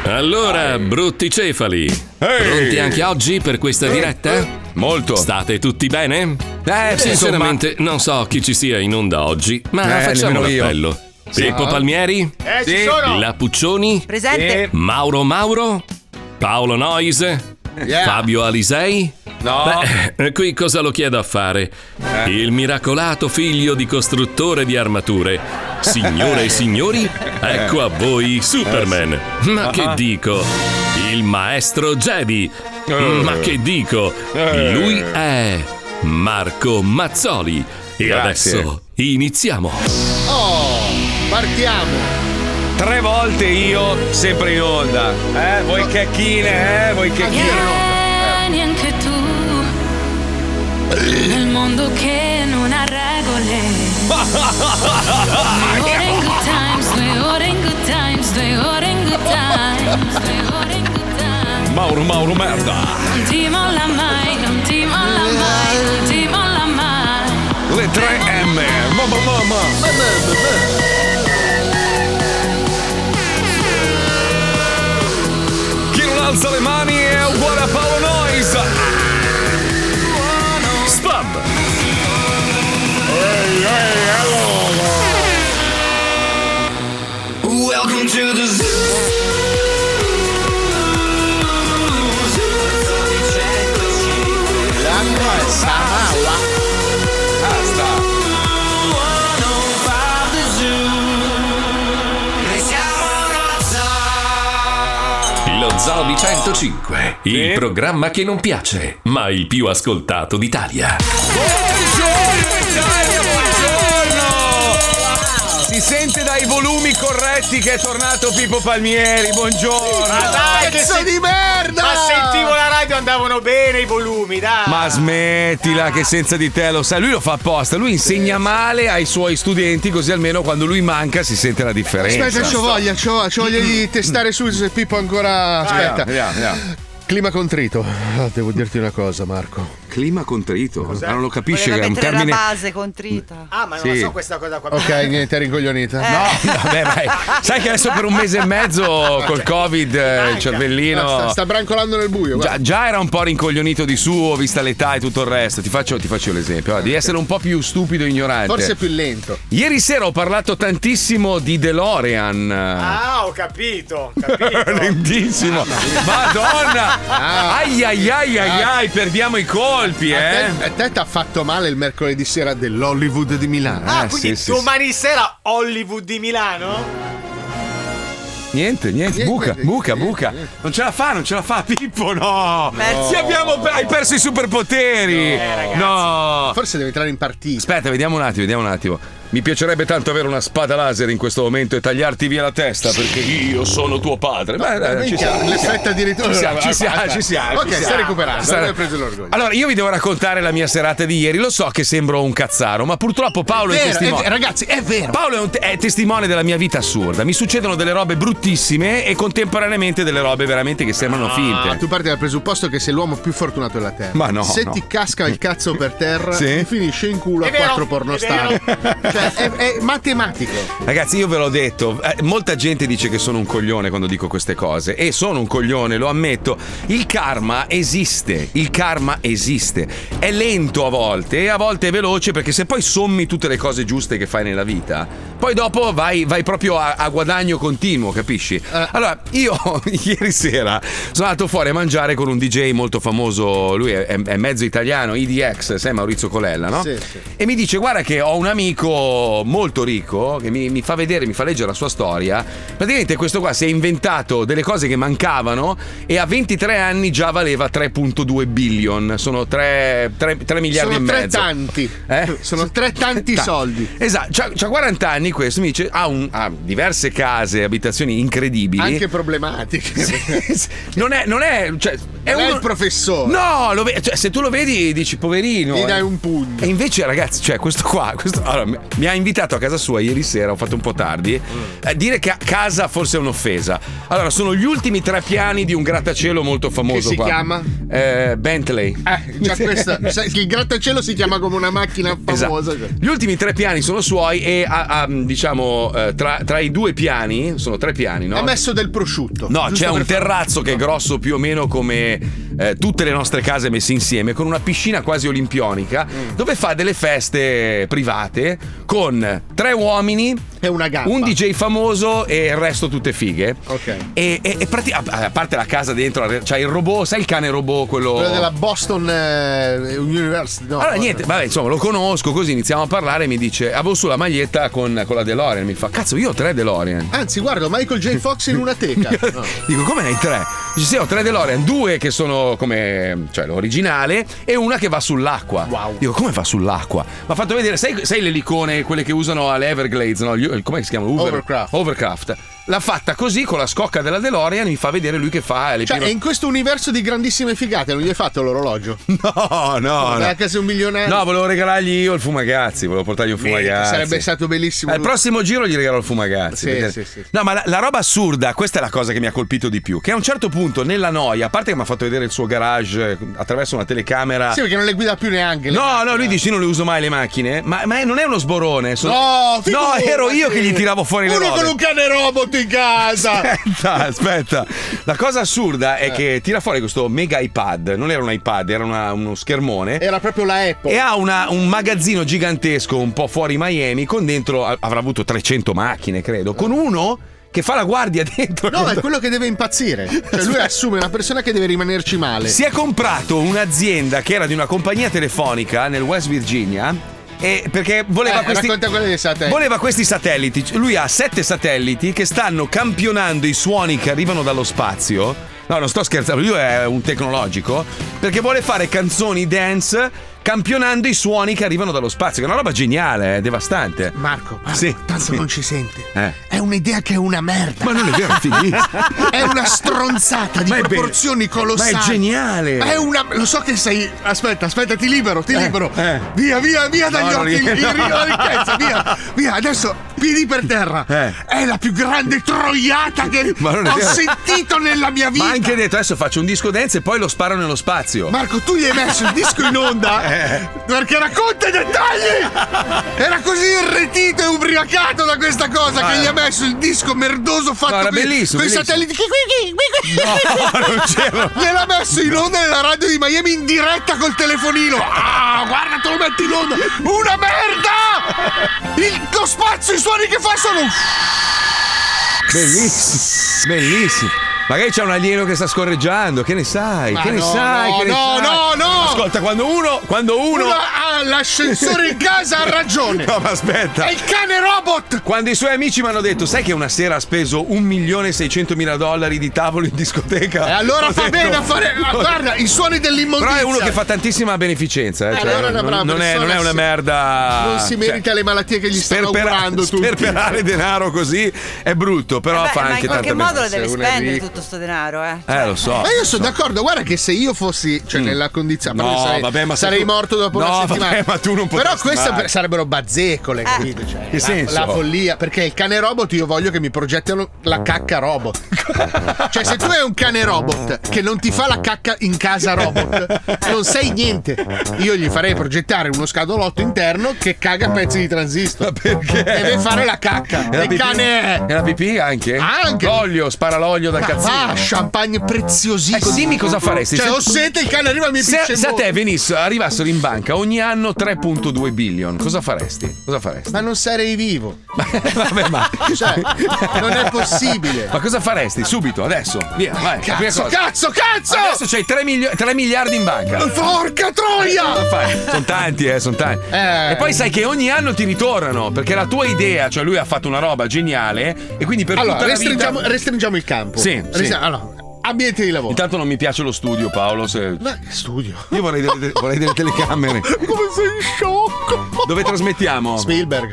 Allora, brutti cefali. Pronti anche oggi per questa diretta? Molto. State tutti bene? Sì, Sinceramente non so chi ci sia in onda oggi, ma facciamo nemmeno l'appello. Pippo Palmieri? Ci sono! La Puccioni? Presente. Mauro? Paolo Noise? Fabio Alisei? No. Qui cosa lo chiedo a fare? Il miracolato figlio di costruttore di armature. Signore e signori, ecco a voi Superman. Ma che dico? Il maestro Jedi. Ma che dico? Lui è Marco Mazzoli. E Grazie. adesso iniziamo. Partiamo! 3 volte io, sempre in onda. Voi cacchine, voi cacchine. Vieni anche tu nel mondo che non ha regole. 2 ore in good times, 2 ore in good times, 2 ore in good times, 2 ore in good times. Mauro merda. Non ti molla mai, non ti molla mai, non ti molla mai. Le 3M. Mamma. Chi non alza le mani è uguale a Paolo Noise. Spam. Welcome to the zoo. L'acqua è Samala. Basta. Lo Zoo di 105, il programma che non piace, ma il più ascoltato d'Italia. Buongiorno Italia, buongiorno! Si sente dai volumi corretti che è tornato Pippo Palmieri, buongiorno! Ma dai, pezzo di merda! Ma sentivo la radio, andavano bene i volumi, dai! Ma smettila che senza di te lo sai, lui lo fa apposta, lui insegna male ai suoi studenti così almeno quando lui manca si sente la differenza. Aspetta, c'ho voglia di testare su se Pippo ancora. Aspetta. Vediamo. Clima contrito. Devo dirti una cosa, Marco. Clima contrito? Ma non lo capisce Voleva che è un mettere termine. la base contrita. Ah, ma non Sì. la so questa cosa qua. Ok, niente, rincoglionita. No, vabbè, vai. Sai che adesso per un mese e mezzo col Covid il cervellino Sta brancolando nel buio. guarda. già era un po' rincoglionito di suo, vista l'età e tutto il resto. Ti faccio l'esempio, di essere un po' più stupido e ignorante. Forse più lento. Ieri sera ho parlato tantissimo di DeLorean. Ah, ho capito. Lentissimo. Madonna! Ai, perdiamo i colpi, A te t'ha fatto male il mercoledì sera dell'Hollywood di Milano. Ah, quindi sì, domani sera Hollywood di Milano? Niente, buca. Non ce la fa, Pippo, no! Hai perso i superpoteri! No! Forse deve entrare in partita. Aspetta, vediamo un attimo. Mi piacerebbe tanto avere una spada laser in questo momento e tagliarti via la testa perché io sono tuo padre. Beh, ci siamo. L'effetto addirittura. Ci siamo. Ok, stai recuperando. Hai preso l'orgoglio. Allora, io vi devo raccontare la mia serata di ieri. Lo so che sembro un cazzaro, ma purtroppo Paolo è testimone. Ragazzi, è vero. Paolo è testimone della mia vita assurda. Mi succedono delle robe bruttissime e contemporaneamente delle robe veramente che sembrano finte. Tu parti dal presupposto che sei l'uomo più fortunato della terra. Ma no, Se no. ti casca il cazzo per terra, Sì? ti finisce in culo a È vero, 4 pornostar. Cioè, è matematico. Ragazzi, io ve l'ho detto, molta gente dice che sono un coglione quando dico queste cose e sono un coglione, lo ammetto. Il karma esiste, è lento a volte e a volte è veloce perché se poi sommi tutte le cose giuste che fai nella vita, poi dopo vai proprio a guadagno continuo, capisci? Allora, io ieri sera sono andato fuori a mangiare con un DJ molto famoso, lui è mezzo italiano, IDX, sai Maurizio Colella, no? Sì. E mi dice guarda che ho un amico molto ricco che mi fa vedere, mi fa leggere la sua storia. Praticamente questo qua si è inventato delle cose che mancavano e a 23 anni già valeva 3.2 billion, sono 3 miliardi e mezzo. Sono tre tanti soldi. Esatto, c'ha 40 anni questo, mi dice ha diverse case, abitazioni incredibili. Anche problematiche. Non è cioè, è il professore. No, cioè, se tu lo vedi dici poverino. Gli dai un pugno. E invece ragazzi, cioè questo qua, allora, mi ha invitato a casa sua ieri sera, ho fatto un po' tardi. Dire che a casa forse è un'offesa. Allora, sono gli ultimi 3 piani di un grattacielo molto famoso. Che si qua. chiama? Bentley. Già questa. Il grattacielo si chiama come una macchina famosa. Esatto. Gli ultimi 3 piani sono suoi e diciamo tra i 2 piani, sono 3 piani, no? Ha messo del prosciutto. No, giusto c'è un per terrazzo che è grosso più o meno come tutte le nostre case messe insieme, con una piscina quasi olimpionica, dove fa delle feste private con 3 uomini e una gamba, un DJ famoso e il resto tutte fighe. Ok. E a parte la casa dentro, c'ha il robot, sai il cane robot, quello della Boston University. No, allora niente, vabbè, insomma, lo conosco, così iniziamo a parlare e mi dice: avevo su la maglietta con la DeLorean. Mi fa: cazzo, io ho 3 DeLorean. Anzi, guarda, Michael J. Fox in una teca. No. Dico: come ne hai 3? Dice: sì, ho 3 DeLorean, 2 che sono come, cioè, l'originale, e una che va sull'acqua. Wow. Dico: come fa sull'acqua? Mi ha fatto vedere, sai le icone, quelle che usano alle Everglades, no? Come si chiama? Overcraft. L'ha fatta così con la scocca della DeLorean, mi fa vedere lui che fa le Cioè, è in questo universo di grandissime figate, non gli hai fatto l'orologio? No. Anche se un milionario. No, volevo regalargli io il fumagazzi, volevo portargli un fumagazzi. Sarebbe stato bellissimo. Al prossimo giro gli regalo il fumagazzi. Sì. No, ma la roba assurda, questa è la cosa che mi ha colpito di più, che a un certo punto nella noia, a parte che mi ha fatto vedere il suo garage attraverso una telecamera. Sì, perché non le guida più neanche. No, lui dice: io non le uso mai le macchine, ma non è uno sborone. No, ero io che gli tiravo fuori le robe. Uno con un cane robot in casa. Aspetta. La cosa assurda è che tira fuori questo mega iPad. Non era un iPad, era uno schermone. Era proprio la Apple. E ha un magazzino gigantesco un po' fuori Miami, con dentro avrà avuto 300 macchine, credo. Con uno che fa la guardia dentro. No, è quello che deve impazzire. Cioè, lui assume una persona che deve rimanerci male. Si è comprato un'azienda che era di una compagnia telefonica nel West Virginia. Perché voleva questi satelliti. Lui ha 7 satelliti che stanno campionando i suoni che arrivano dallo spazio. No, non sto scherzando, lui è un tecnologico, perché vuole fare canzoni dance campionando i suoni che arrivano dallo spazio, che è una roba geniale, è devastante. Marco, sì, tanto non ci sente. È un'idea che è una merda. Ma non è vero, fighissimo. È una stronzata di proporzioni colossali. Ma è geniale. È una. Lo so che sei. Aspetta, ti libero. Via dagli occhi. Il rio ricchezza, via. Adesso piedi per terra. È la più grande troiata che ho sentito nella mia vita. Ma anche detto: adesso faccio un disco dance e poi lo sparo nello spazio. Marco, tu gli hai messo il disco in onda perché racconta i dettagli. Era così irretito e ubriacato da questa cosa che gli ha messo il disco merdoso fatto con i satelliti. No, non c'era. Gliel'ha messo in onda nella radio di Miami in diretta col telefonino. Guarda, te lo metti in onda. Una merda! Lo spazio, i suoni che fa sono bellissimo. Magari c'è un alieno che sta scorreggiando, che ne sai? No. Ascolta, quando uno ha l'ascensore in casa ha ragione. No, ma aspetta. È il cane robot. Quando i suoi amici mi hanno detto: sai che una sera ha speso $1.600.000 di tavolo in discoteca? E allora fa bene a fare. Guarda, i suoni dell'immondizia. Però è uno che fa tantissima beneficenza. Cioè, allora è una non è una merda. Non si merita le malattie che gli stanno augurando tutti. Sperperare denaro così è brutto, però fa anche tanta in qualche modo lo beneficenza. deve spendere tutto sto denaro, lo so. Ma io sono d'accordo, guarda che se io fossi nella condizione, sarei morto dopo una settimana. Vabbè, ma tu non però queste mai. sarebbero bazzecole, capito? Cioè, che senso? La follia, perché il cane robot io voglio che mi progettino la cacca robot. Cioè, se tu hai un cane robot che non ti fa la cacca in casa robot, non sei niente. Io gli farei progettare uno scatolotto interno che caga pezzi di transistor. Perché? Deve fare la cacca. Il cane E la pipì anche? Anche. L'olio, spara l'olio dal cazzino. Champagne preziosissimo. Ecco, dimmi cosa faresti. Cioè, ho sete, il cane arriva e mi pisce. Se a te arrivassero in banca ogni anno 3.2 billion, cosa faresti? Ma non sarei vivo. Vabbè, ma cioè, non è possibile. Ma cosa faresti? Subito, adesso. Via, vai. Cazzo! Adesso c'hai 3 miliardi in banca. Porca troia! Sono tanti. E poi sai che ogni anno ti ritornano, perché la tua idea, cioè lui ha fatto una roba geniale e quindi per tutta la vita. Restringiamo il campo. Sì. Allora, ambiente di lavoro. Intanto non mi piace lo studio, Paolo. Ma che studio? Io vorrei delle telecamere. Come sei sciocco? Dove trasmettiamo? Spielberg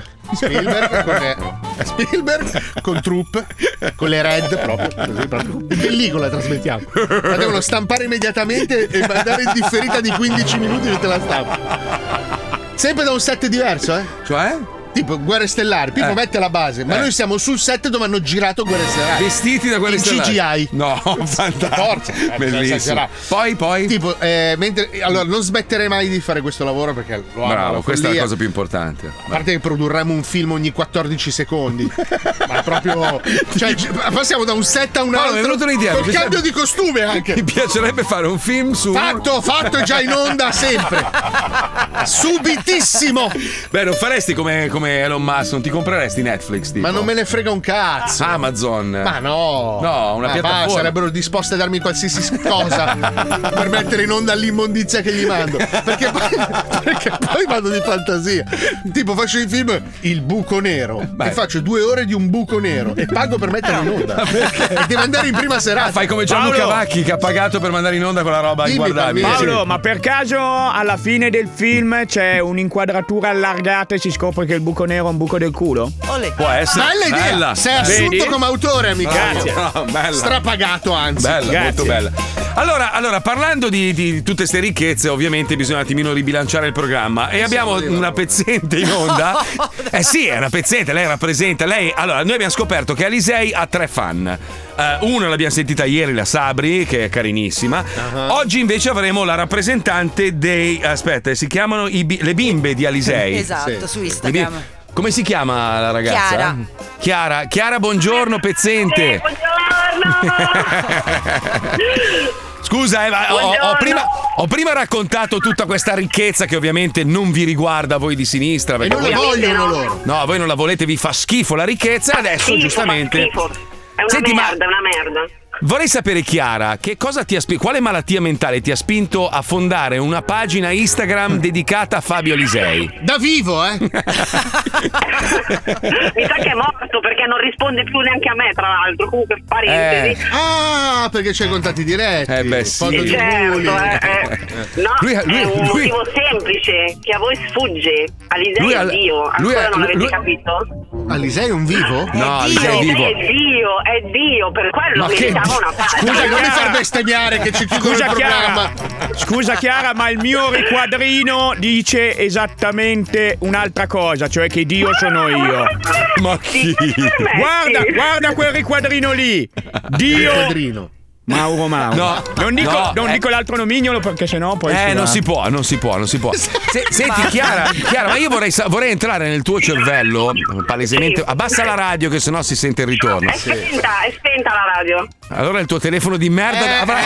con Troop, con le Red proprio in pellicola trasmettiamo. La devono stampare immediatamente e mandare in differita di 15 minuti e te la stampa. Sempre da un set diverso, Cioè? Tipo Guerre Stellari, Pippo mette la base, ma noi siamo sul set dove hanno girato Guerre Stellari. Vestiti da Guerre Stellari. CGI. No, fantastico. Bellissimo. Poi? Tipo, allora non smetterei mai di fare questo lavoro perché lo amo. Bravo, questa è la cosa più importante. A parte che produrremo un film ogni 14 secondi. Ma proprio. Cioè, passiamo da un set a un altro. No, mi è venuta un'idea. Con cambio di costume anche. Mi piacerebbe fare un film su. Fatto, è già in onda sempre. Subitissimo. Beh, non faresti come Elon Musk, non ti compreresti Netflix, tipo. Ma non me ne frega un cazzo. Amazon. Ma no. No, una piattaforma. Sarebbero disposti a darmi qualsiasi cosa per mettere in onda l'immondizia che gli mando. Perché poi vado di fantasia. Tipo faccio il film Il buco nero. E faccio 2 ore di un buco nero e pago per metterlo in onda. E deve andare in prima serata. Fai come Gianluca Vacchi che ha pagato per mandare in onda quella roba inguardabile. Paolo, ma per caso alla fine del film c'è un'inquadratura allargata e si scopre che il buco nero è un buco del culo? Può essere. Bella idea. Sei assunto come autore, amico. Grazie. No, bella. Strapagato, anzi. Bella, molto bella. Allora, parlando di tutte ste ricchezze, ovviamente bisogna un attimino ribilanciare il programma. E abbiamo una pezzente in onda. Sì, è una pezzente, lei rappresenta. Allora, noi abbiamo scoperto che Alisei ha 3 fan. Una l'abbiamo sentita ieri, la Sabri, che è carinissima. Oggi invece avremo la rappresentante dei. Aspetta, si chiamano le bimbe di Alisei. Esatto, su Instagram. Come si chiama la ragazza? Chiara, buongiorno, pezzente. Scusa, ho prima raccontato tutta questa ricchezza che ovviamente non vi riguarda voi di sinistra. E non la vogliono loro. No, voi non la volete, vi fa schifo la ricchezza. Adesso giustamente. È una merda. Vorrei sapere, Chiara, che cosa ti ha quale malattia mentale ti ha spinto a fondare una pagina Instagram dedicata a Fabio Alisei? Da vivo, Mi sa che è morto perché non risponde più neanche a me, tra l'altro. Comunque, parentesi. Perché c'hai contatti diretti. Beh, sì. Certo, No, è un motivo semplice che a voi sfugge. Alisei è Dio. Ancora non l'avete capito? Alisei è un vivo? No, Alisei è vivo. È Dio, per quello meritava una pagina. Scusa, non mi far bestemmiare che ci chiudono il programma. Scusa Chiara, ma il mio riquadrino dice esattamente un'altra cosa, cioè che Dio sono io. Ma chi? Guarda quel riquadrino lì. Dio. Riquadrino. Mauro. No, non dico l'altro nomignolo perché sennò poi. Non si può. Senti, Chiara, ma io vorrei entrare nel tuo cervello. Palesemente. Abbassa la radio, che sennò si sente il ritorno. È spenta la radio. Allora il tuo telefono di merda avrai.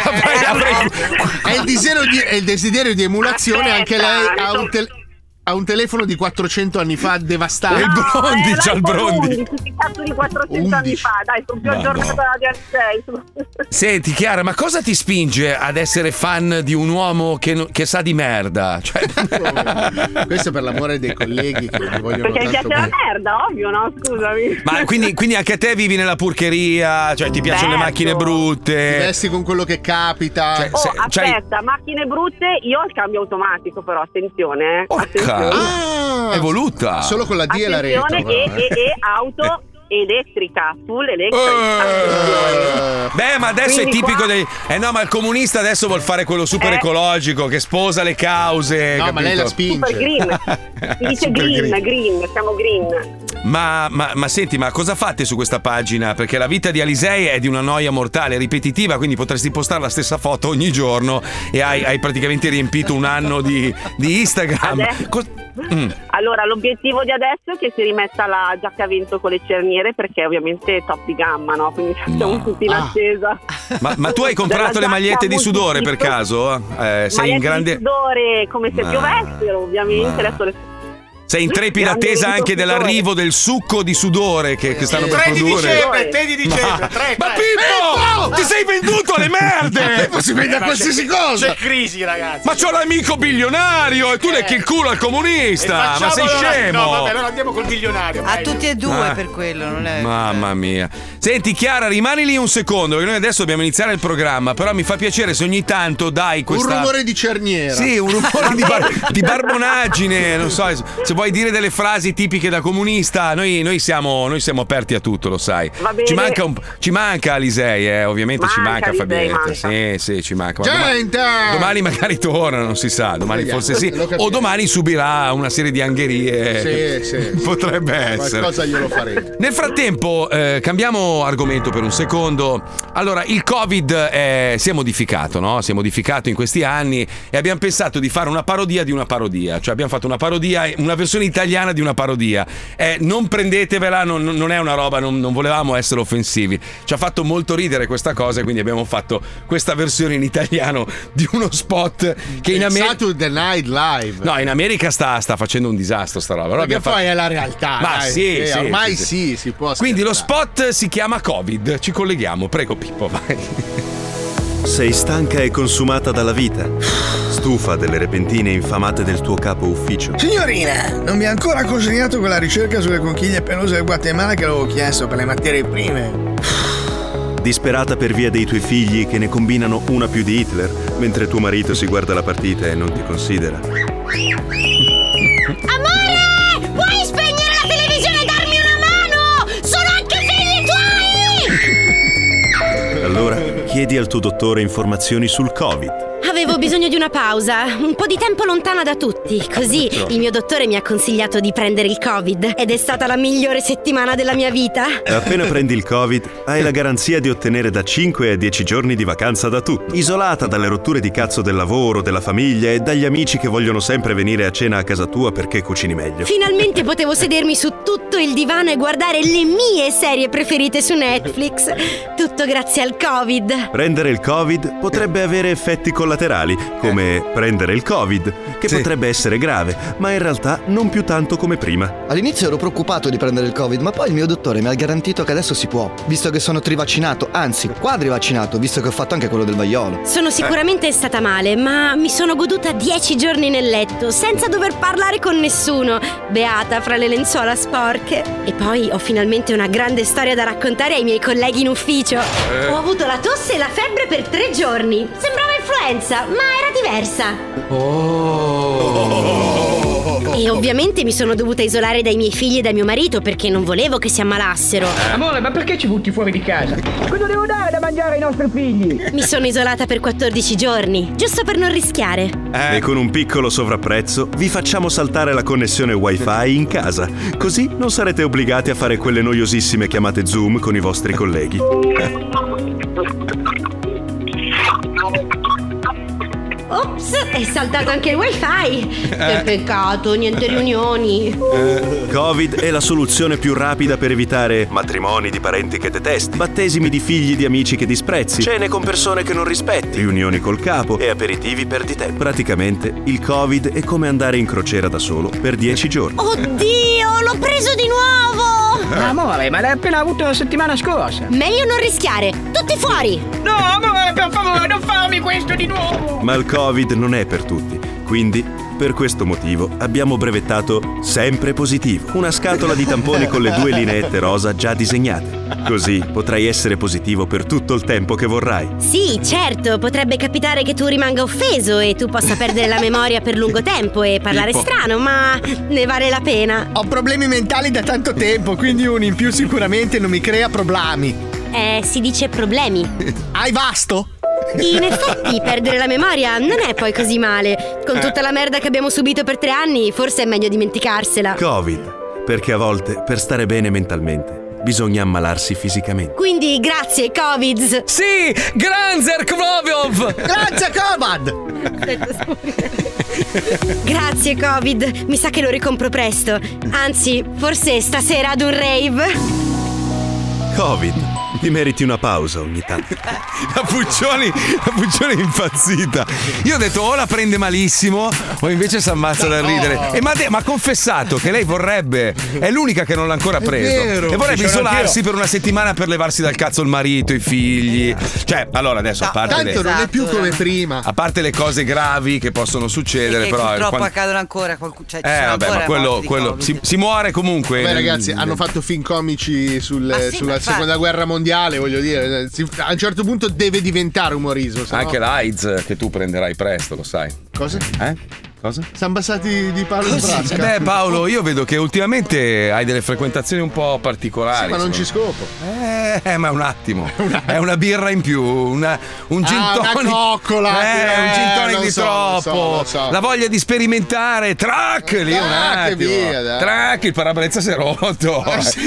È il desiderio di emulazione. Anche lei ha un telefono di 400 anni fa devastato. Il Brondi, c'ha il Brondi. Tutti cazzo di 400 anni fa, dai, sono più aggiornata di Alisei. Senti, Chiara, ma cosa ti spinge ad essere fan di un uomo che sa di merda? Cioè... Questo è per l'amore dei colleghi che mi vogliono perché mi piace la merda, ovvio, no? Scusami. Ma quindi anche a te vivi nella porcheria, cioè ti piacciono le macchine brutte? Ti vesti con quello che capita. Aspetta, macchine brutte, io ho il cambio automatico, però attenzione. È voluta. Solo con la D e la retro. E auto elettrica, full elettrica. Beh, ma adesso quindi è tipico dei. No, ma il comunista adesso vuol fare quello super ecologico che sposa le cause. No, capito? ma lei la spinge. Super green. Si dice green, siamo green. Ma senti, ma cosa fate su questa pagina? Perché la vita di Alisei è di una noia mortale, ripetitiva, quindi potresti postare la stessa foto ogni giorno e hai praticamente riempito un anno di Instagram. Allora, l'obiettivo di adesso è che si rimetta la giacca a vento con le cerniere, perché ovviamente è top di gamma, no? Quindi siamo tutti in attesa. Ma tu hai comprato le magliette di sudore per caso? Sei in grande di sudore come se piovessero, ovviamente. Adesso sei in trepida attesa anche dell'arrivo del succo di sudore che stanno per produrre. 3 di dicembre. Ma Pippo! Ti sei venduto alle merde! Si vende a qualsiasi cosa! C'è crisi, ragazzi. Ma c'ho l'amico bilionario e tu lecchi il culo al comunista! Ma sei scemo! No, vabbè, allora andiamo col bilionario. A tutti e due per quello, non è. Mamma mia. Senti, Chiara, rimani lì un secondo, perché noi adesso dobbiamo iniziare il programma. Però mi fa piacere se ogni tanto dai questa. Un rumore di cerniera. Sì, un rumore di barbonaggine. Non so, se vuoi dire delle frasi tipiche da comunista, noi siamo aperti a tutto, lo sai. Va bene. Ci manca Alisei, ovviamente ci manca Fabietta. Sì, ci manca. Gente! Domani magari torna, non si sa. Domani forse sì. O domani subirà una serie di angherie. Sì. Potrebbe essere. Qualcosa glielo faremo. Nel frattempo, cambiamo argomento per un secondo. Allora, il Covid si è modificato, no? Si è modificato in questi anni e abbiamo pensato di fare una parodia di una parodia. Cioè abbiamo fatto una parodia, una versione italiana di una parodia. Non prendetevela, non è una roba, non volevamo essere offensivi. Ci ha fatto molto ridere questa cosa e quindi abbiamo fatto questa versione in italiano di uno spot che in America... Saturday Night Live. No, in America sta facendo un disastro sta roba. Perché poi è la realtà. Ma dai. sì, ormai sì, si può. Quindi lo spot si chiama Covid. Ci colleghiamo. Prego Pippo, vai. Sei stanca e consumata dalla vita? Stufa delle repentine infamate del tuo capo ufficio? Signorina, non mi ha ancora consegnato quella ricerca sulle conchiglie penose del Guatemala che avevo chiesto per le materie prime? Disperata per via dei tuoi figli che ne combinano una più di Hitler, mentre tuo marito si guarda la partita e non ti considera? Amore! Puoi spegnere la televisione e darmi una mano? Sono anche figli tuoi! Allora chiedi al tuo dottore informazioni sul Covid. Avevo bisogno di una pausa, un po' di tempo lontana da tutti. Così il mio dottore mi ha consigliato di prendere il Covid ed è stata la migliore settimana della mia vita. Appena prendi il Covid, hai la garanzia di ottenere da 5 a 10 giorni di vacanza da tutti. Isolata dalle rotture di cazzo del lavoro, della famiglia e dagli amici che vogliono sempre venire a cena a casa tua perché cucini meglio. Finalmente potevo sedermi su tutto il divano e guardare le mie serie preferite su Netflix. Tutto grazie al Covid. Prendere il Covid potrebbe avere effetti collaterali, come prendere il Covid, che potrebbe essere grave, ma in realtà non più tanto come prima. All'inizio ero preoccupato di prendere il Covid, ma poi il mio dottore mi ha garantito che adesso si può, visto che sono trivaccinato, anzi quadrivaccinato, visto che ho fatto anche quello del vaiolo. Sono sicuramente stata male, ma mi sono goduta 10 giorni nel letto, senza dover parlare con nessuno, beata fra le lenzuola sporche. E poi ho finalmente una grande storia da raccontare ai miei colleghi in ufficio. Ho avuto la tosse e la febbre per 3 giorni. Sembrava influenza, ma era diversa. E ovviamente mi sono dovuta isolare dai miei figli e da mio marito perché non volevo che si ammalassero. Amore, ma perché ci butti fuori di casa? Cosa devo dare da mangiare ai nostri figli? Mi sono isolata per 14 giorni, giusto per non rischiare. E con un piccolo sovrapprezzo vi facciamo saltare la connessione wifi in casa, così non sarete obbligati a fare quelle noiosissime chiamate Zoom con i vostri colleghi. Ops, è saltato anche il wifi. Che peccato, niente riunioni. Covid è la soluzione più rapida per evitare matrimoni di parenti che detesti, battesimi di figli di amici che disprezzi, cene con persone che non rispetti, riunioni col capo e aperitivi perdi tempo. Praticamente il Covid è come andare in crociera da solo per 10 giorni. Oddio, l'ho preso di nuovo. Amore, ma l'hai appena avuto la settimana scorsa. Meglio non rischiare, tutti fuori. No, amore, per favore, non farmi questo di nuovo. Ma il Covid non è per tutti, quindi per questo motivo abbiamo brevettato Sempre Positivo, una scatola di tamponi con le 2 lineette rosa già disegnate. Così potrai essere positivo per tutto il tempo che vorrai. Sì, certo, potrebbe capitare che tu rimanga offeso e tu possa perdere la memoria per lungo tempo e parlare strano, ma ne vale la pena. Ho problemi mentali da tanto tempo, quindi uno in più sicuramente non mi crea problemi. Si dice problemi. Hai vasto? In effetti, perdere la memoria non è poi così male. Con tutta la merda che abbiamo subito per 3 anni, forse è meglio dimenticarsela. Covid, perché a volte, per stare bene mentalmente, bisogna ammalarsi fisicamente. Quindi, grazie, Covid. Sì, Granzer Kvoviov. Grazie, Covid. Grazie, Covid. Mi sa che lo ricompro presto. Anzi, forse stasera ad un rave. Covid, ti meriti una pausa ogni tanto. La Puccioni è impazzita. Io ho detto o la prende malissimo o invece si ammazza da ridere. E ma ha confessato che lei vorrebbe, è l'unica che non l'ha ancora preso, e vorrebbe isolarsi per una settimana per levarsi dal cazzo il marito, i figli. Cioè, allora adesso, a parte tanto non è più come prima. A parte le cose gravi che possono succedere, che però purtroppo accadono ancora. Cioè, vabbè, ma quello si muore comunque. Beh, ragazzi, hanno fatto film comici sulla seconda guerra mondiale, voglio dire. A un certo punto deve diventare umorismo. Anche l'AIDS che tu prenderai presto, lo sai. Cosa? Cosa? Siamo passati di Paolo in Frasca. Beh, Paolo, io vedo che ultimamente hai delle frequentazioni un po' particolari. Sì, ma non ci scopo. Ma è un attimo. È una birra in più, un gin tonic. Una coccola. Un gin tonic di troppo. Lo so. La voglia di sperimentare. Track lì un attimo. Via, dai. Track, il parabrezza si è rotto. Sì.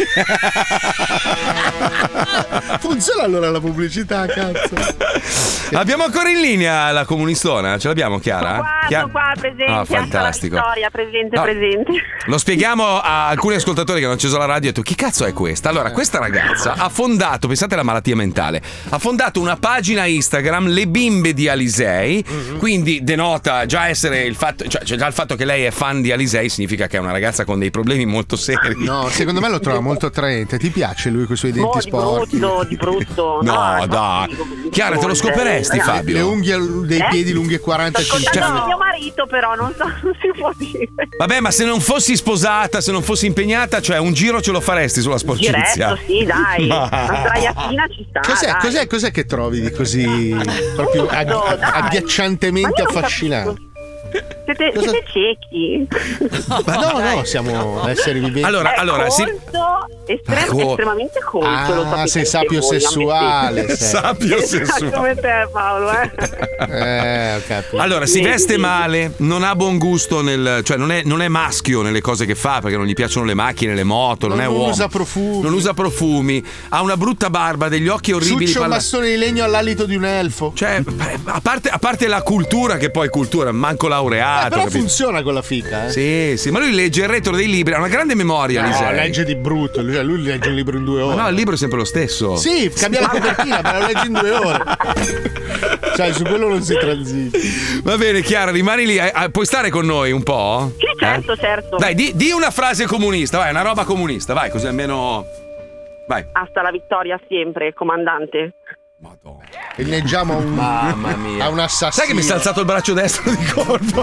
Funziona allora la pubblicità, cazzo. Abbiamo ancora in linea la comunistona? Ce l'abbiamo, Chiara? Sono qua, presente. Ah, fantastico. Storia, presente, No. presente. Lo spieghiamo a alcuni ascoltatori che hanno acceso la radio e detto chi cazzo è questa? Allora, questa ragazza ha fondato, pensate alla malattia mentale, ha fondato una pagina Instagram, Le Bimbe di Alisei, quindi denota già essere il fatto, cioè già il fatto che lei è fan di Alisei significa che è una ragazza con dei problemi molto seri. No, secondo me lo trova molto attraente. Ti piace lui con i suoi denti sporchi? Di brutto. No, dai. Chiara, te lo scoperesti, Fabio? Le unghie dei piedi lunghe 45 Ascoltando mio marito, però non si può dire. Vabbè, ma se non fossi sposata, se non fossi impegnata, cioè un giro ce lo faresti sulla sporcizia? Diretto, sì, dai. Ma- Una sdraiatina ci sta. Cos'è che trovi di così proprio agghiacciantemente affascinante? Siete ciechi. Ma no, siamo esseri viventi. Allora, sì. Estremamente colto. Lo sapete sei anche sapio voi, sessuale. ammettete. Sapio sessuale. Come te, Paolo, ho capito. Allora, si veste male, non ha buon gusto cioè non è maschio nelle cose che fa perché non gli piacciono le macchine, le moto, non è uomo. Non usa profumi, ha una brutta barba, degli occhi orribili. Succia un bastone di legno all'alito di un elfo. Cioè, a parte la cultura, che poi cultura, manco laureato. Però capito? funziona con la fica, Sì, ma lui legge il retro dei libri, ha una grande memoria. No, legge di brutto, lui legge un libro in 2 ore. Ma no, il libro è sempre lo stesso. Sì, cambia la copertina, ma lo leggi in 2 ore. Cioè, su quello non si transita. Va bene, Chiara, rimani lì. Puoi stare con noi un po'? Sì, certo. Dai, di una frase comunista, vai, una roba comunista, vai, così almeno. Vai. Hasta la vittoria sempre, comandante. E leggiamo Mamma mia. a un assassino. Sai che mi si è alzato il braccio destro di colpo?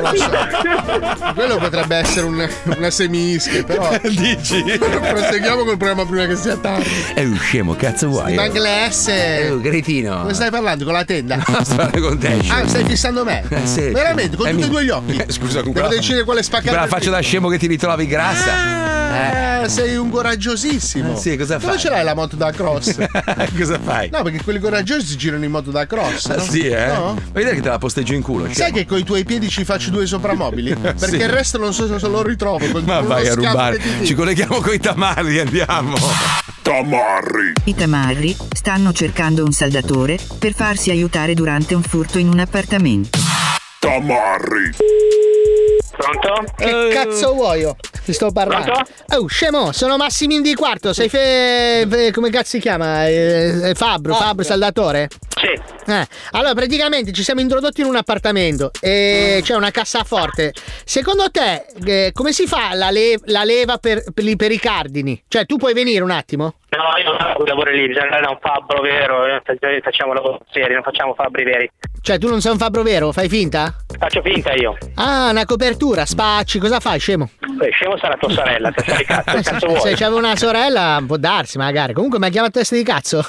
Quello potrebbe essere una semische, però. Dici? Proseguiamo col programma prima che sia tardi. È scemo, cazzo vuoi? Inglese. Cretino. Come stai parlando? Con la tenda? No, sto parlando con te. Stai fissando me? Sì. Veramente, con tutti e due gli occhi. Scusa, con devo decidere quale spaccare. la faccia da scemo che ti ritrovi grassa. Sei un coraggiosissimo. Sì, cosa fai? Dove ce l'hai la moto da cross? Cosa fai? No, perché quelli coraggiosi si girano in moto da cross. No? Sì, No? Vuoi vedere che te la posteggio in culo? Sai che con i tuoi piedi ci faccio 2 sopramobili? Perché Sì. il resto non so se lo ritrovo. Ma vai a rubare. Ci colleghiamo con i tamarri, andiamo. Tamarri. I tamarri stanno cercando un saldatore per farsi aiutare durante un furto in un appartamento. Tamarri. Pronto? Che cazzo vuoi io? Ti sto parlando. Pronto? Oh, scemo, sono Massimino di Quarto. Sei come cazzo si chiama? Fabro Saldatore? Sì. Allora, praticamente ci siamo introdotti in un appartamento e c'è una cassaforte. Secondo te, come si fa la leva per i cardini? Cioè, tu puoi venire un attimo? No, io non faccio lavoro lì, bisogna andare da un fabbro vero, facciamo lavori seri, non facciamo fabbri veri. Cioè, tu non sei un fabbro vero? Fai finta? Faccio finta io. Ah, una copertura, spacci, cosa fai, scemo? Scemo sarà tua sorella, testa di cazzo, che cazzo vuoi? Se c'aveva una sorella, può darsi magari. Comunque mi ha chiamato testa di cazzo.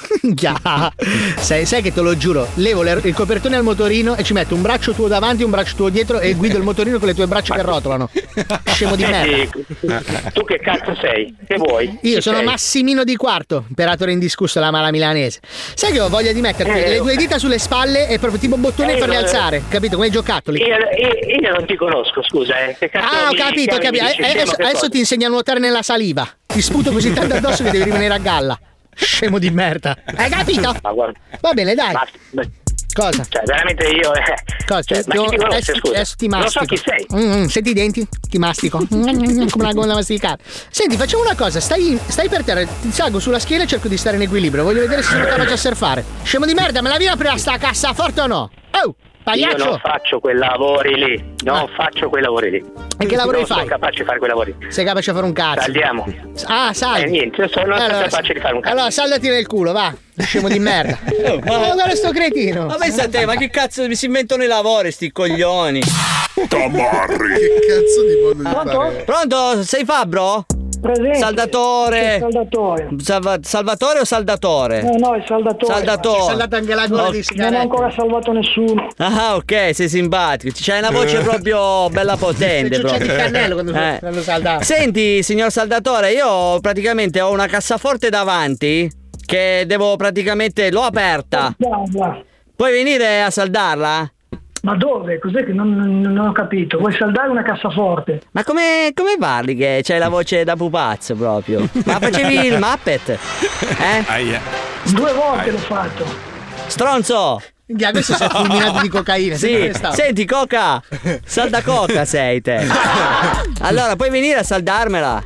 sai che te lo giuro, levo il copertone al motorino e ci metto un braccio tuo davanti e un braccio tuo dietro e guido il motorino con le tue braccia che rotolano. Scemo di merda. Tu che cazzo sei? Che vuoi? Io Chi sono sei? Massimino di Quarto, imperatore indiscusso della mala milanese. Sai che ho voglia di metterti le 2 dita sulle spalle e proprio tipo bottone e farli alzare, capito? Come i giocattoli. Io non ti conosco, scusa, Che cazzo Ho capito. Adesso ti insegno a nuotare nella saliva. Ti sputo così tanto addosso che devi rimanere a galla. Scemo di merda. Hai capito? Va bene, dai. Cosa? Cioè, veramente io. Cosa? Cioè, ma chi ti conosce, scusa? Adesso ti Non mastico. so chi sei. Senti i denti? Ti mastico. Come una gonna da masticare. Senti, facciamo una cosa. Stai per terra, ti salgo sulla schiena e cerco di stare in equilibrio. Voglio vedere se sono capace a surfare. Scemo di merda, me la vieni a aprire sta cassaforte o no? Oh! Pagliaccio. Io non faccio quei lavori lì. Non faccio quei lavori lì. E che lavori non fai? sono capace di fare quei lavori. Sei capace a fare un cazzo. Saldiamo. Saldi. Niente, io sono capace di fare un cazzo. Allora, saldati nel culo, va. Scemo di merda. Guarda sto cretino. Ma pensa a te, ma che cazzo mi si inventano i lavori, sti coglioni? Tamarri. Che cazzo di modo di fare? Pronto? Sei Fabbro? Presente. Saldatore. Saldatore. Salvatore o saldatore? No, è saldatore. Saldatore. C'è saldato anche la gola di sigarette. Non ho ancora salvato nessuno. Ah, ok, sei simpatico. C'hai una voce proprio bella potente. C'è di cannello quando saldato. Senti, signor Saldatore, io praticamente ho una cassaforte davanti che devo praticamente... L'ho aperta. Puoi venire a saldarla? Ma dove? Cos'è che non ho capito? Vuoi saldare una cassaforte? Ma come parli che c'hai la voce da pupazzo proprio? Ma facevi il Muppet? Aia. 2 volte l'ho fatto. Stronzo! Adesso sei fulminato di cocaina. Sì, senti Coca, salda Coca sei te. Allora puoi venire a saldarmela?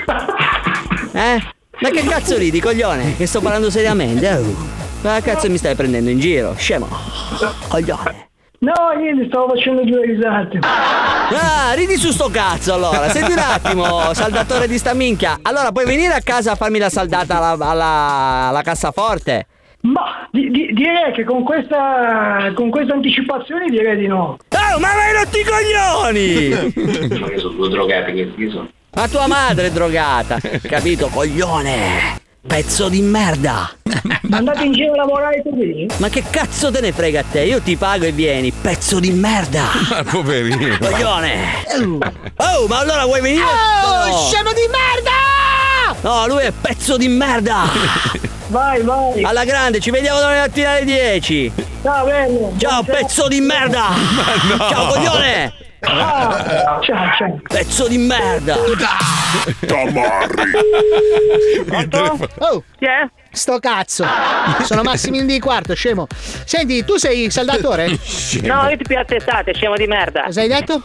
Ma che cazzo ridi, coglione? Che sto parlando seriamente. Ma cazzo mi stai prendendo in giro, scemo? Coglione. No, niente, stavo facendo 2 risate. Ah, ridi su sto cazzo allora. Senti un attimo, saldatore di sta minchia. Allora puoi venire a casa a farmi la saldata alla cassaforte? Ma direi che con questa anticipazione direi di no. Oh, ma vai rotti i coglioni! Ma che sono 2 drogati che sono. Ma tua madre è drogata, capito, coglione? Pezzo di merda! Ma andate in giro a lavorare così? Ma che cazzo te ne frega a te? Io ti pago e vieni, pezzo di merda! Ma poverino! Coglione! Oh, ma allora vuoi venire? Oh, no. scemo di merda! No, lui è pezzo di merda! Vai! Alla grande, ci vediamo domani mattina alle 10! Ciao, bello! Ciao, pezzo di merda! No. Ciao, coglione! Ciao. Pezzo di merda! Tamarri! Oh, Chi è? sto cazzo! Sono Massimiliano di Quarto, scemo. Senti, tu sei saldatore? No, io ti piace testate, scemo di merda. Cosa hai detto?